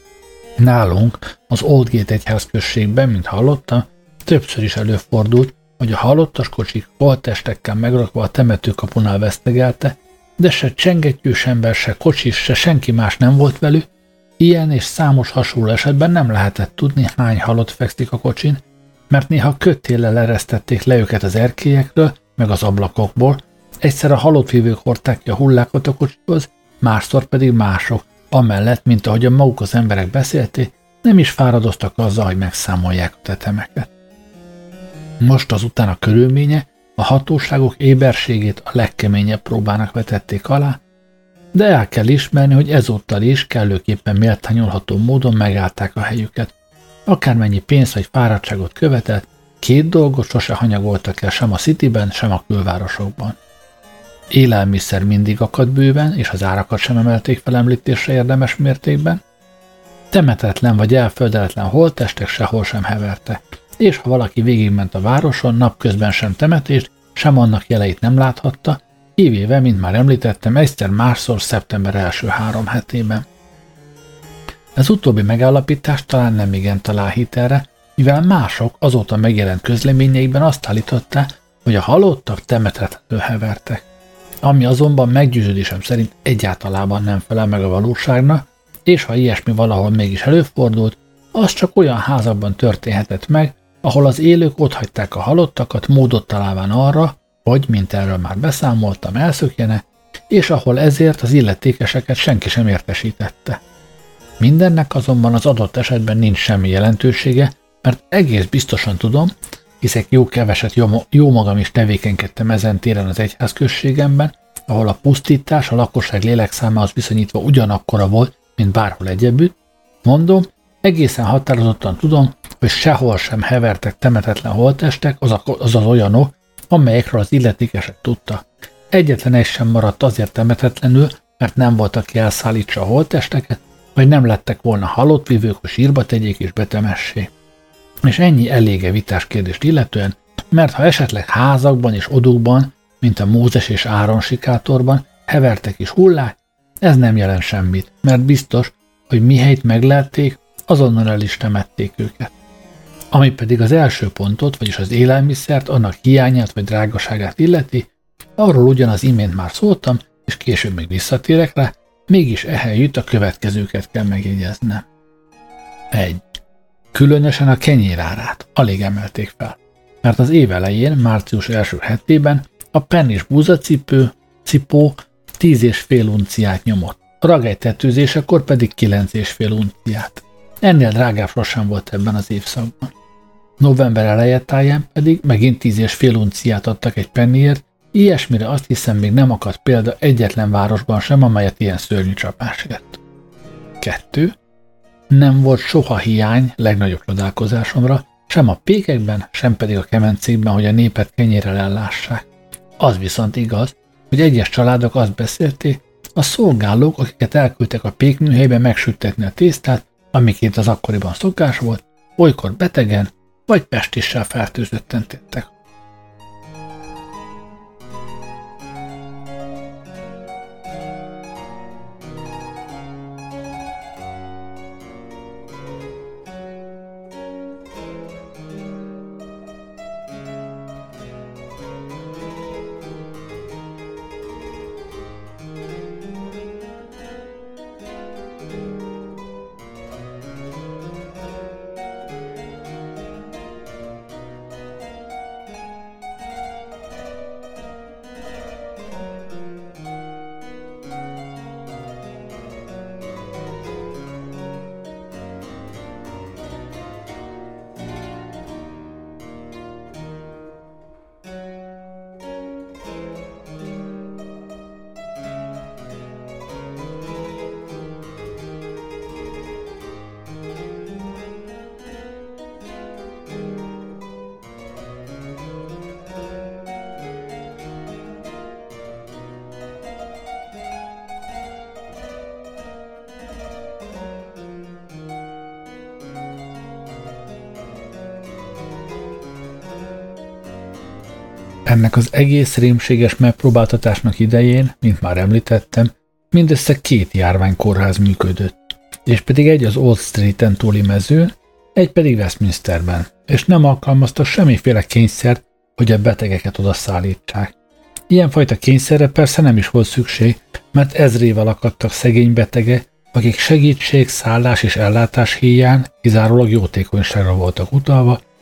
Nálunk, az Oldgate egyházközségben, mint hallottam, többször is előfordult, hogy a halottas kocsik holttestekkel megrakva a temetőkapunál vesztegelte, de se csengettyűs ember, se kocsis, se senki más nem volt velük, ilyen és számos hasonló esetben nem lehetett tudni, hány halott fekszik a kocsin, mert néha kötéllel eresztették le őket az erkélyekről, meg az ablakokból, egyszer a halottvívők hordták ki a hullákat a kocsihoz, másszor pedig mások, amellett, mint ahogyan maguk az emberek beszélték, nem is fáradoztak azzal, hogy megszámolják a tetemeket. Most azután a körülménye, a hatóságok éberségét a legkeményebb próbának vetették alá, de el kell ismerni, hogy ezúttal is kellőképpen méltányolható módon megállták a helyüket. Akármennyi pénzt vagy fáradtságot követett, két dolgot sose hanyagoltak el sem a Cityben, sem a külvárosokban. Élelmiszer mindig akadt bőven, és az árakat sem emelték fel említésre érdemes mértékben. Temetetlen vagy elföldeletlen holttestek sehol sem hevertek, és ha valaki végigment a városon, napközben sem temetést, sem annak jeleit nem láthatta, kivéve, mint már említettem, egyszer másszor szeptember első három hetében. Ez utóbbi megállapítás talán nem igen talál hitelre, mivel mások azóta megjelent közleményeikben azt állították, hogy a halottak temetetlenül hevertek. Ami azonban meggyőződésem szerint egyáltalában nem felel meg a valóságnak, és ha ilyesmi valahol mégis előfordult, az csak olyan házakban történhetett meg, ahol az élők otthagyták a halottakat módot találván arra, hogy, mint erről már beszámoltam, elszökjene, és ahol ezért az illetékeseket senki sem értesítette. Mindennek azonban az adott esetben nincs semmi jelentősége, mert egész biztosan tudom, hiszek jó keveset jó, jó magam is tevékenykedtem ezen téren az egyházközségemben, ahol a pusztítás a lakosság lélekszámához viszonyítva ugyanakkora volt, mint bárhol egyebütt. Mondom, egészen határozottan tudom, hogy sehol sem hevertek temetetlen holttestek, azaz az olyanok, amelyekről az illetékesek tudtak. Egyetlen egy sem maradt azért temetetlenül, mert nem volt, aki elszállítsa a holttesteket, vagy nem lettek volna halottvívők, hogy sírba tegyék és betemessék. És ennyi elége vitás kérdést illetően, mert ha esetleg házakban és odúkban, mint a Mózes és Áron sikátorban hevertek is hullák, ez nem jelent semmit, mert biztos, hogy mihelyt meglelték, azonnal el is temették őket. Ami pedig az első pontot, vagyis az élelmiszert, annak hiányát vagy drágaságát illeti, arról ugyan az imént már szóltam, és később még visszatérek rá, mégis ehelyütt a következőket kell megjegyeznem. egy. Különösen a kenyérárát alig emelték fel, mert az év elején, március első hetében a pennés búzacipő, cipó tíz és fél unciát nyomott, a ragály tetőzésekor pedig kilenc és fél unciát. Ennél drágább sosem volt ebben az évszakban. November eleje táján pedig megint tíz és fél unciát adtak egy penniért, ilyesmire azt hiszem még nem akadt példa egyetlen városban sem, amelyet ilyen szörnyű csapás ért. kettő. Nem volt soha hiány legnagyobb csodálkozásomra, sem a pékekben, sem pedig a kemencékben, hogy a népet kenyérrel ellássák. Az viszont igaz, hogy egyes családok azt beszélték, a szolgálók, akiket elküldtek a pékműhelybe megsüttetni a tésztát, amiként az akkoriban szokás volt, olykor betegen vagy pestissel fertőzötten tettek. Ennek az egész rémséges megpróbáltatásnak idején, mint már említettem, mindössze két járványkórház működött, és pedig egy az Old Street-en túli mezőn, egy pedig Westminsterben, és nem alkalmaztak semmiféle kényszert, hogy a betegeket oda szállítsák. Ilyenfajta kényszerre persze nem is volt szükség, mert ezrével akadtak szegény betege, akik segítség, szállás és ellátás híján kizárólag jótékonyságra voltak utalva,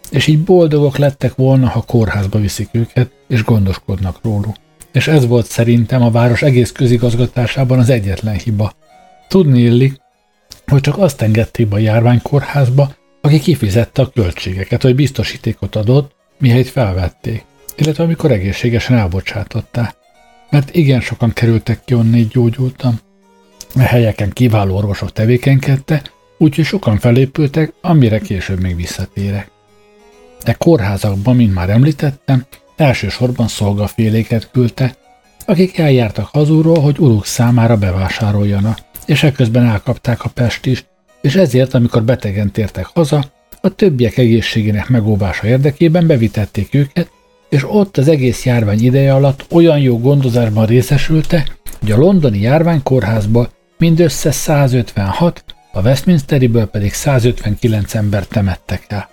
és így boldogok lettek volna, ha kórházba viszik őket, és gondoskodnak róluk. És ez volt szerintem a város egész közigazgatásában az egyetlen hiba. Tudni illik, hogy csak azt engedték be a járványkórházba, aki kifizette a költségeket, vagy biztosítékot adott, mihelyt felvették, illetve amikor egészségesen elbocsátották. Mert igen sokan kerültek ki onnét gyógyultam. A helyeken kiváló orvosok tevékenykedtek, úgyhogy sokan felépültek, amire később még visszatérek. De kórházakban, mint már említettem, elsősorban szolgaféléket küldtek, akik eljártak hazulról, hogy uruk számára bevásároljanak, és ekközben elkapták a pest is, és ezért, amikor betegen tértek haza, a többiek egészségének megóvása érdekében bevitették őket, és ott az egész járvány ideje alatt olyan jó gondozásban részesültek, hogy a londoni járványkórházból mindössze százötvenhat, a Westminsteriből pedig százötvenkilenc ember temettek el.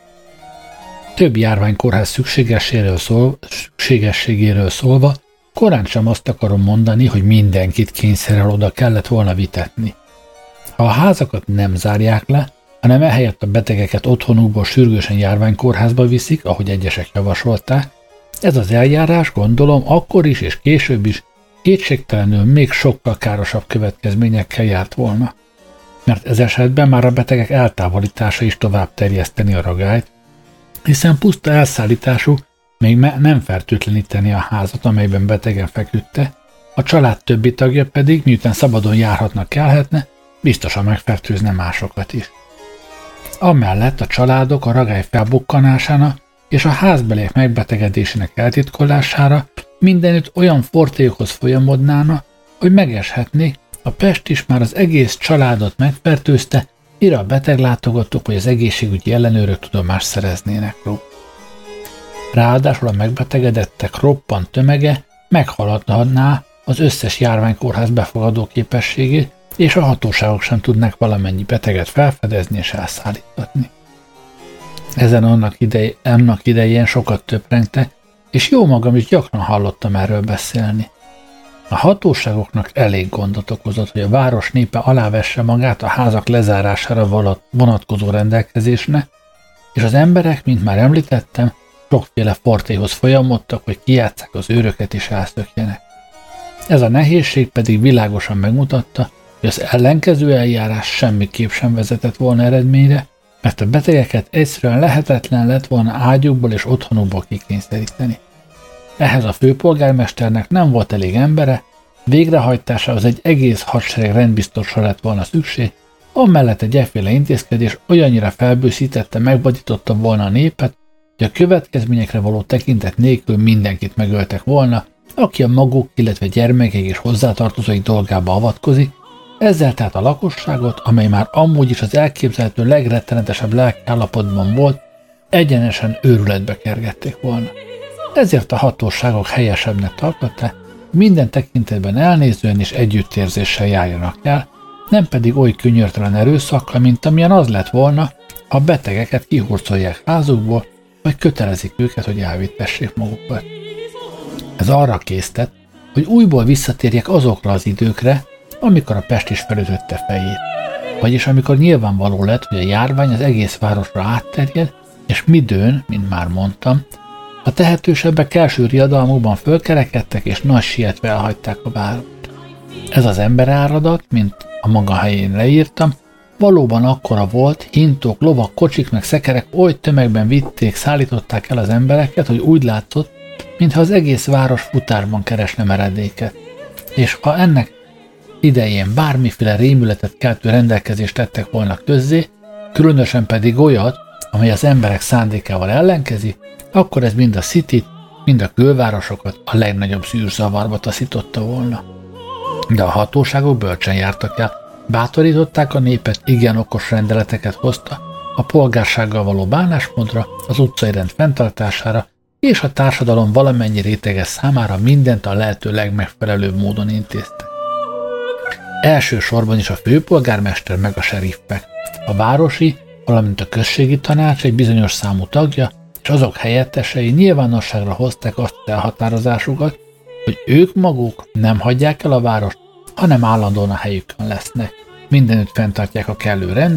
Több járványkórház szükségességéről, szól, szükségességéről szólva, korán sem azt akarom mondani, hogy mindenkit kényszerrel oda kellett volna vitetni. Ha a házakat nem zárják le, hanem ehelyett a betegeket otthonukból sürgősen járványkórházba viszik, ahogy egyesek javasolták, ez az eljárás, gondolom, akkor is és később is kétségtelenül még sokkal károsabb következményekkel járt volna. Mert ez esetben már a betegek eltávolítása is tovább terjeszteni a ragályt, hiszen puszta elszállítású még nem fertőtleníteni a házat, amelyben betegen feküdte, a család többi tagja pedig, miután szabadon járhatnak kelhetne, biztosan megfertőzne másokat is. Amellett a családok a ragály felbukkanásának és a házbeliek megbetegedésének eltitkolására mindenütt olyan fortélyokhoz folyamodnának, hogy megeshetnék, a pest is már az egész családot megfertőzte, mire a beteglátogatók vagy az egészségügyi ellenőrök tudomást szereznének róla. Ráadásul a megbetegedettek roppant tömege meghaladhatná az összes járványkórház befogadó képességét, és a hatóságok sem tudnak valamennyi beteget felfedezni és elszállítatni. Ezen annak, idej, annak idején sokat töprengtek, és jó magam is gyakran hallottam erről beszélni. A hatóságoknak elég gondot okozott, hogy a város népe alávesse magát a házak lezárására vonatkozó rendelkezésnek, és az emberek, mint már említettem, sokféle fortéhoz folyamodtak, hogy kijátsszák az őröket és elszökjenek. Ez a nehézség pedig világosan megmutatta, hogy az ellenkező eljárás semmiképp sem vezetett volna eredményre, mert a betegeket egyszerűen lehetetlen lett volna ágyukból és otthonukból kikényszeríteni. Ehhez a főpolgármesternek nem volt elég embere, végrehajtásához egy egész hadsereg rendbiztosra lett volna szükség, amellett egy efféle intézkedés olyannyira felbőszítette, megvadította volna a népet, hogy a következményekre való tekintet nélkül mindenkit megöltek volna, aki a maguk, illetve gyermekek és hozzátartozóik dolgába avatkozik, ezzel tehát a lakosságot, amely már amúgy is az elképzelhető legrettenetesebb lelkiállapotban volt, egyenesen őrületbe kergették volna. Ezért a hatóságok helyesebbnek tartották, minden tekintetben elnézően és együttérzéssel járjanak el, nem pedig oly könyörtelen erőszakkal, mint amilyen az lett volna, ha a betegeket kihurcolják házukból, vagy kötelezik őket, hogy elvittessék magukat. Ez arra késztet, hogy újból visszatérjek azokra az időkre, amikor a pest is felütötte fejét. Vagyis amikor nyilvánvaló lett, hogy a járvány az egész városra átterjed, és midőn, mint már mondtam, a tehetősebbek első riadalmukban fölkerekedtek és nagy sietve elhagyták a várost. Ez az emberáradat, mint a maga helyén leírtam, valóban akkora volt, hintók, lovak, kocsik meg szekerek oly tömegben vitték, szállították el az embereket, hogy úgy látszott, mintha az egész város futárban keresne meredéket. És ha ennek idején bármiféle rémületet keltő rendelkezést tettek volna közzé, különösen pedig olyat, amely az emberek szándékával ellenkezi, akkor ez mind a Cityt, mind a külvárosokat a legnagyobb szűrzavarba taszította volna. De a hatóságok bölcsen jártak el, bátorították a népet, igen okos rendeleteket hozta a polgársággal való bánásmódra, az utcai rend fenntartására, és a társadalom valamennyi rétege számára mindent a lehető legmegfelelőbb módon intéztek. Elsősorban is a főpolgármester meg a seriffek, a városi, valamint a községi tanács egy bizonyos számú tagja, és azok helyettesei nyilvánosságra hozták azt elhatározásukat, hogy ők maguk nem hagyják el a várost, hanem állandóan a helyükön lesznek. Mindenütt fenntartják a kellő rendet,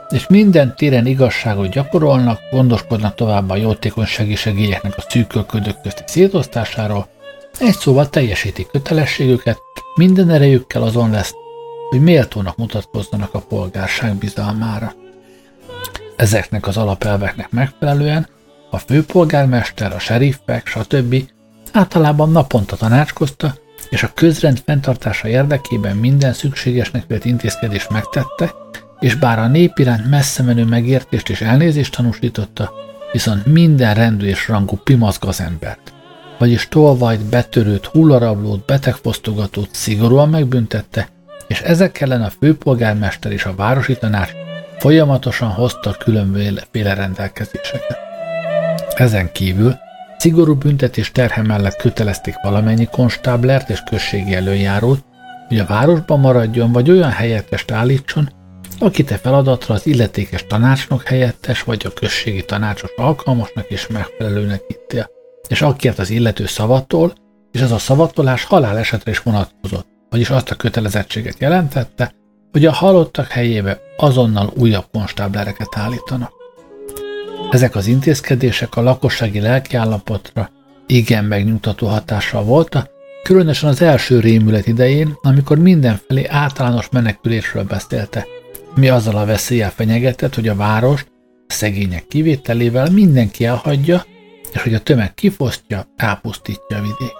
és minden téren igazságot gyakorolnak, gondoskodnak továbbá a jótékonysági segélyeknek a szűkölködők közti szétosztásáról, egy szóval teljesítik kötelességüket, minden erejükkel azon lesz, hogy méltónak mutatkozzanak a polgárság bizalmára. Ezeknek az alapelveknek megfelelően a főpolgármester, a seriffek, stb. Általában naponta tanácskozta, és a közrend fenntartása érdekében minden szükségesnek vélt intézkedést megtette, és bár a nép iránt messze menő megértést és elnézést tanúsította, viszont minden rendű és rangú pimasz gazembert, vagyis tolvajt, betörőt, hullarablót, betegfosztogatót szigorúan megbüntette, és ezek ellen a főpolgármester és a városi tanács folyamatosan hozta különféle rendelkezéseket. Ezen kívül szigorú büntetés terhe mellett kötelezték valamennyi konstáblert és községi előjárót, hogy a városban maradjon, vagy olyan helyettest állítson, akit e feladatra az illetékes tanácsnok helyettes, vagy a községi tanácsos alkalmasnak és megfelelőnek ítél, és akért az illető szavatol, és ez a szavatolás halálesetre is vonatkozott, vagyis azt a kötelezettséget jelentette, hogy a halottak helyébe azonnal újabb konstáblereket állítanak. Ezek az intézkedések a lakossági lelkiállapotra igen megnyugtató hatással voltak, különösen az első rémület idején, amikor mindenfelé általános menekülésről beszélte, mi azzal a veszéllyel fenyegetett, hogy a várost a szegények kivételével mindenki elhagyja, és hogy a tömeg kifosztja, elpusztítja a vidék.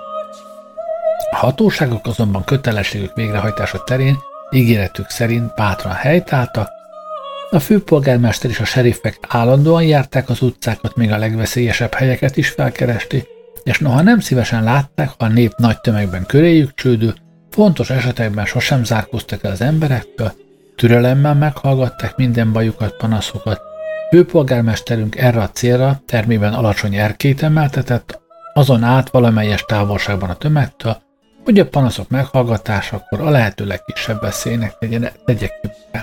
A hatóságok azonban kötelességük végrehajtása terén ígéretük szerint bátran helytáltak, a főpolgármester és a seriffek állandóan járták az utcákat, még a legveszélyesebb helyeket is felkeresték, és noha nem szívesen látták, ha a nép nagy tömegben köréjük csődül, fontos esetekben sosem zárkóztak el az emberektől, türelemmel meghallgatták minden bajukat, panaszokat. Főpolgármesterünk erre a célra termében alacsony erkélyt emeltetett, azon át valamelyes távolságban a tömegtől, hogy a panaszok meghallgatásakor a lehető legkisebb veszélynek tegyek ki magát.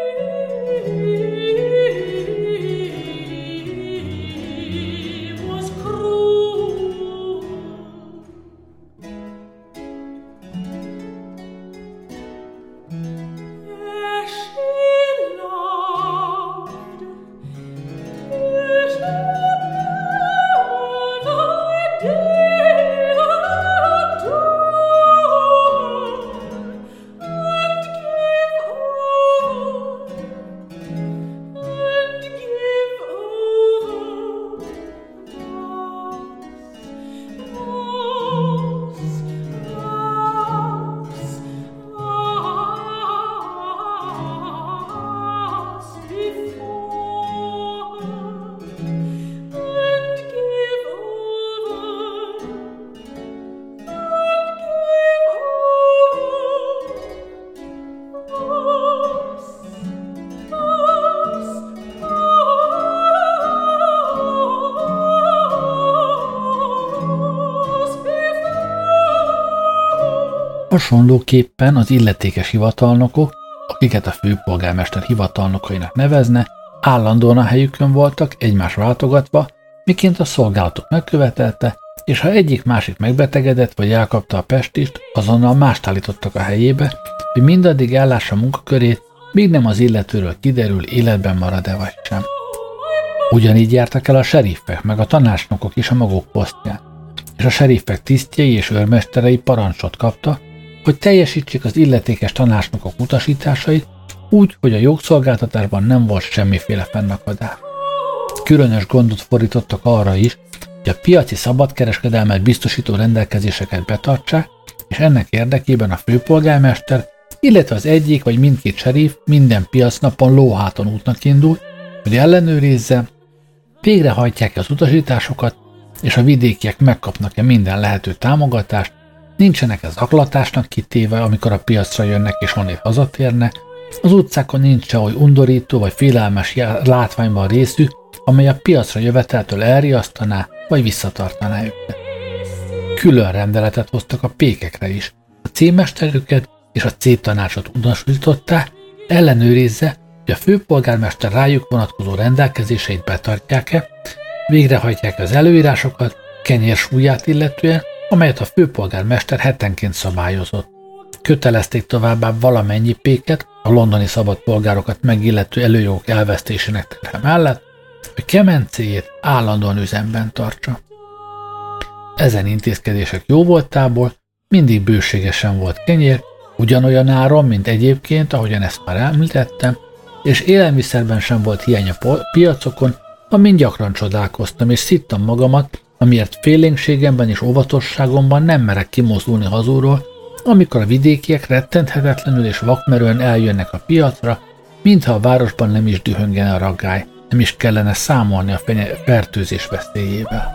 Hasonlóképpen az illetékes hivatalnokok, akiket a főpolgármester hivatalnokainak nevezne, állandóan a helyükön voltak, egymás váltogatva, miként a szolgálatok megkövetelte, és ha egyik-másik megbetegedett vagy elkapta a pestist, azonnal mást állítottak a helyébe, hogy mindaddig ellássa munkakörét, míg nem az illetőről kiderül, életben marad-e vagy sem. Ugyanígy jártak el a seriffek meg a tanácsnokok is a maguk posztján, és a seriffek tisztjei és őrmesterei parancsot kapta, hogy teljesítsék az illetékes tanácsnokok utasításait úgy, hogy a jogszolgáltatásban nem volt semmiféle fennakadás. Különös gondot fordítottak arra is, hogy a piaci szabadkereskedelmet biztosító rendelkezéseket betartsák, és ennek érdekében a főpolgármester, illetve az egyik vagy mindkét seriff minden piacnapon lóháton útnak indul, hogy ellenőrizze, végrehajtják az utasításokat, és a vidékiek megkapnak-e minden lehető támogatást, nincsenek ez zaklatásnak kitéve, amikor a piacra jönnek és onnét hazatérnek, az utcákon nincs sehogy undorító vagy félelmes látványban részük, amely a piacra jöveteltől elriasztaná vagy visszatartaná őket. Külön rendeletet hoztak a pékekre is. A cémesterüket és a cétanácsot utasították, ellenőrizze, hogy a főpolgármester rájuk vonatkozó rendelkezéseit betartják-e, végrehajtják az előírásokat, kenyér súlyát illetően, amelyet a főpolgármester hetenként szabályozott. kötelezték továbbá valamennyi péket a londoni szabad polgárokat megillető előjogok elvesztésének terhe mellett, hogy kemencéjét állandóan üzemben tartsa. Ezen intézkedések jóvoltából mindig bőségesen volt kenyér, ugyanolyan áron, mint egyébként, ahogyan ezt már említettem, és élelmiszerben sem volt hiány a piacokon, amin gyakran csodálkoztam, és szittam magamat, amiért félénkségemben és óvatosságomban nem merek kimozdulni hazulról, amikor a vidékiek rettenthetetlenül és vakmerően eljönnek a piacra, mintha a városban nem is dühöngene a raggály, nem is kellene számolni a fertőzés veszélyével.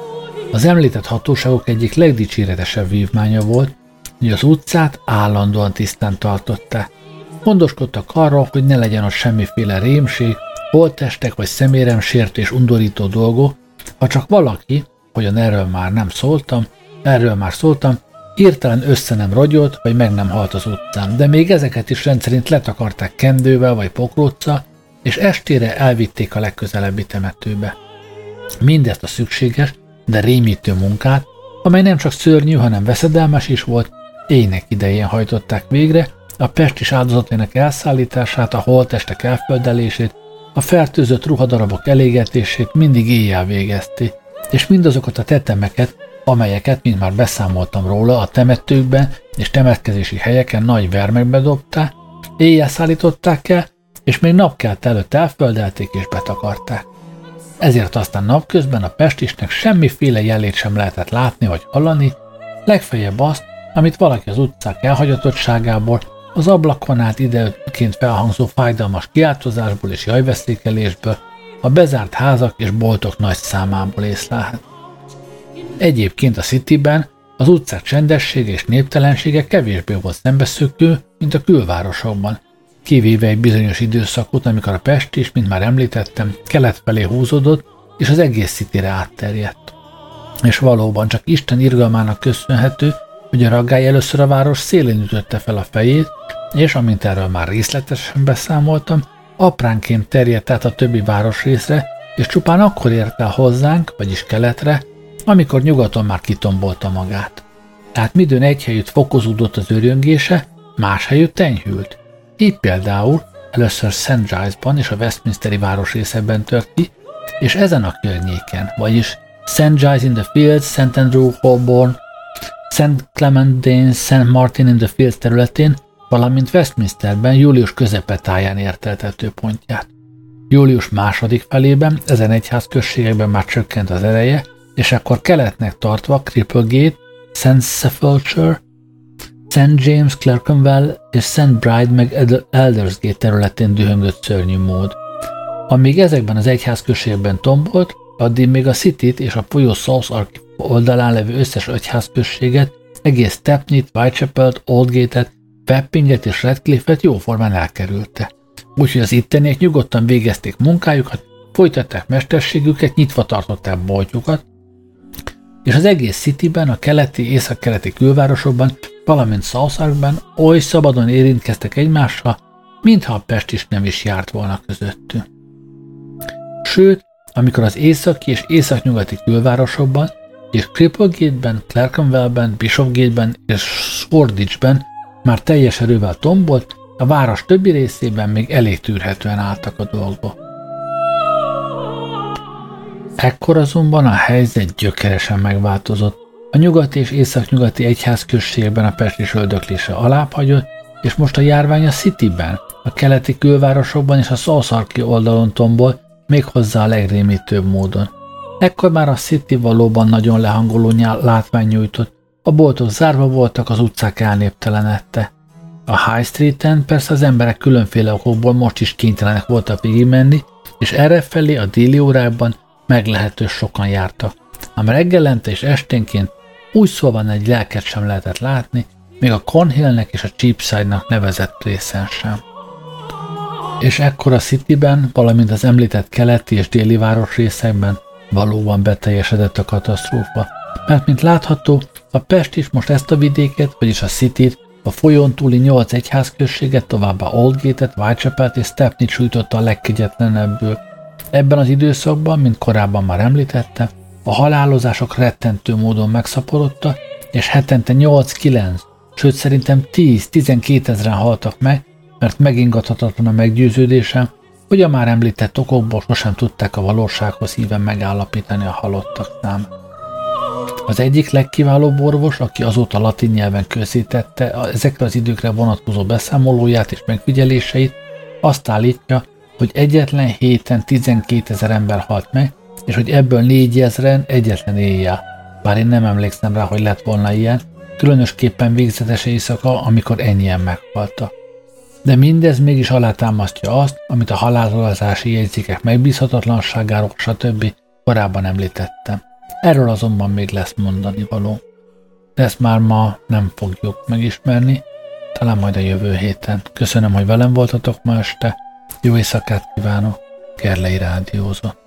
Az említett hatóságok egyik legdicséretesebb vívmánya volt, hogy az utcát állandóan tisztán tartották. Gondoskodtak arról, hogy ne legyen ott semmiféle rémség, holttestek vagy szeméremsértés undorító dolgok, ha csak valaki, hogyan erről már nem szóltam, erről már szóltam, hirtelen össze nem rogyolt, vagy meg nem halt az utcán, de még ezeket is rendszerint letakarták kendővel vagy pokróccal, és estére elvitték a legközelebbi temetőbe. Mindezt a szükséges, de rémítő munkát, amely nem csak szörnyű, hanem veszedelmes is volt, éjnek idején hajtották végre, a pestis áldozatainak elszállítását, a holttestek elföldelését, a fertőzött ruhadarabok elégetését mindig éjjel végezték, és mindazokat a tetemeket, amelyeket, mint már beszámoltam róla, a temetőkben és temetkezési helyeken nagy vermekbe dobták, éjjel szállították el, és még napkelt előtt elföldelték és betakarták. Ezért aztán napközben a pestisnek semmiféle jelét sem lehetett látni vagy hallani, legfeljebb azt, amit valaki az utcák elhagyatottságából, az ablakon át időnként felhangzó fájdalmas kiáltozásból és jajveszékelésből, a bezárt házak és boltok nagy számából észlelhet. Egyébként a Cityben az utcák csendessége és néptelensége kevésbé volt szembeszökő, mint a külvárosokban, kivéve egy bizonyos időszakot, amikor a pestis, mint már említettem, kelet felé húzódott, és az egész Cityre átterjedt. És valóban csak Isten irgalmának köszönhető, hogy a raggály először a város szélén ütötte fel a fejét, és amint erről már részletesen beszámoltam, apránként terjedt át a többi városrészre, és csupán akkor ért el hozzánk, vagyis keletre, amikor nyugaton már kitombolta magát. Tehát midőn egy helyütt fokozódott az őrjöngése, más helyütt enyhült. Így például először Szent Giles-ban és a Westminsteri városrészekben tört ki, és ezen a környéken, vagyis Szent Giles in the Fields, Szent Andrew, Holborn, Szent Clement Danes, Szent Martin in the Fields területén, valamint Westminsterben július közepetáján ért el tetőpontját. Július második felében ezen egyház községekben már csökkent az ereje, és akkor keletnek tartva Cripplegate, Szent Sepulchre, Szent James, Clerkenwell és Szent Bride meg Aldersgate területén dühöngött szörnyű mód. Amíg ezekben az egyház községekben tombolt, addig még a Cityt és a folyó South Ark oldalán levő összes egyházközséget, egész Stepney-t, Whitechapel-t, Aldgate-et, Wappinget és Redcliffe-et jóformán elkerülte. Úgyhogy az itteniek nyugodtan végezték munkájukat, folytatták mesterségüket, nyitva tartották boltjukat, és az egész Cityben, a keleti, északkeleti külvárosokban, valamint South Arkban oly szabadon érintkeztek egymással, mintha a pest is nem is járt volna közöttük. Sőt, amikor az északi és északnyugati külvárosokban, és Cripplegate-ben, Clerkenwell-ben, Bishopgate-ben és Shoreditch-ben már teljes erővel tombolt, a város többi részében még elég tűrhetően álltak a dolgok. Ekkor azonban a helyzet gyökeresen megváltozott. A nyugati és északnyugati egyházközségben a pestis öldöklése alább hagyott, és most a járvány a Cityben, a keleti külvárosokban és a South Arki oldalon tombol, méghozzá a legrémítőbb módon. Ekkor már a City valóban nagyon lehangoló látvány nyújtott, a boltok zárva voltak, az utcák elnéptelenedte. A High Streeten persze az emberek különféle okokból most is kénytelenek voltak végigmenni, és errefelé a déli órákban meglehetős sokan jártak, ám reggelente és esténként úgy szólva egy lelket sem lehetett látni, még a Cornhillnek és a Cheapside-nak nevezett részen sem. És ekkor a Cityben, valamint az említett keleti és déli városrészekben valóban beteljesedett a katasztrófa, mert mint látható, a Pest is most ezt a vidéket, vagyis a Cityt, a folyón túli nyolc egyházközséget, továbbá Aldgate-et, Whitechapel-t és Stepney-t sújtotta a legkegyetlenebbül. Ebben az időszakban, mint korábban már említettem, a halálozások rettentő módon megszaporodtak, és hetente nyolc-kilenc, sőt szerintem tíz-tizenkét ezren haltak meg, mert megingathatatlan a meggyőződésem, hogy a már említett okokból sosem tudták a valósághoz híven megállapítani a halottak számát. Az egyik legkiválóbb orvos, aki azóta latin nyelven közzétette ezekre az időkre vonatkozó beszámolóját és megfigyeléseit, azt állítja, hogy egyetlen héten tizenkétezer ember halt meg, és hogy ebből négyezren egyetlen éjjel. Bár én nem emlékszem rá, hogy lett volna ilyen, különösképpen végzetes éjszaka, amikor ennyien meghaltak. De mindez mégis alátámasztja azt, amit a halálozási jegyzékek megbízhatatlanságáról, stb. Korábban említettem. Erről azonban még lesz mondani való. De ezt már ma nem fogjuk megismerni, talán majd a jövő héten. Köszönöm, hogy velem voltatok ma este, jó éjszakát kívánok, Gerlei rádiózott.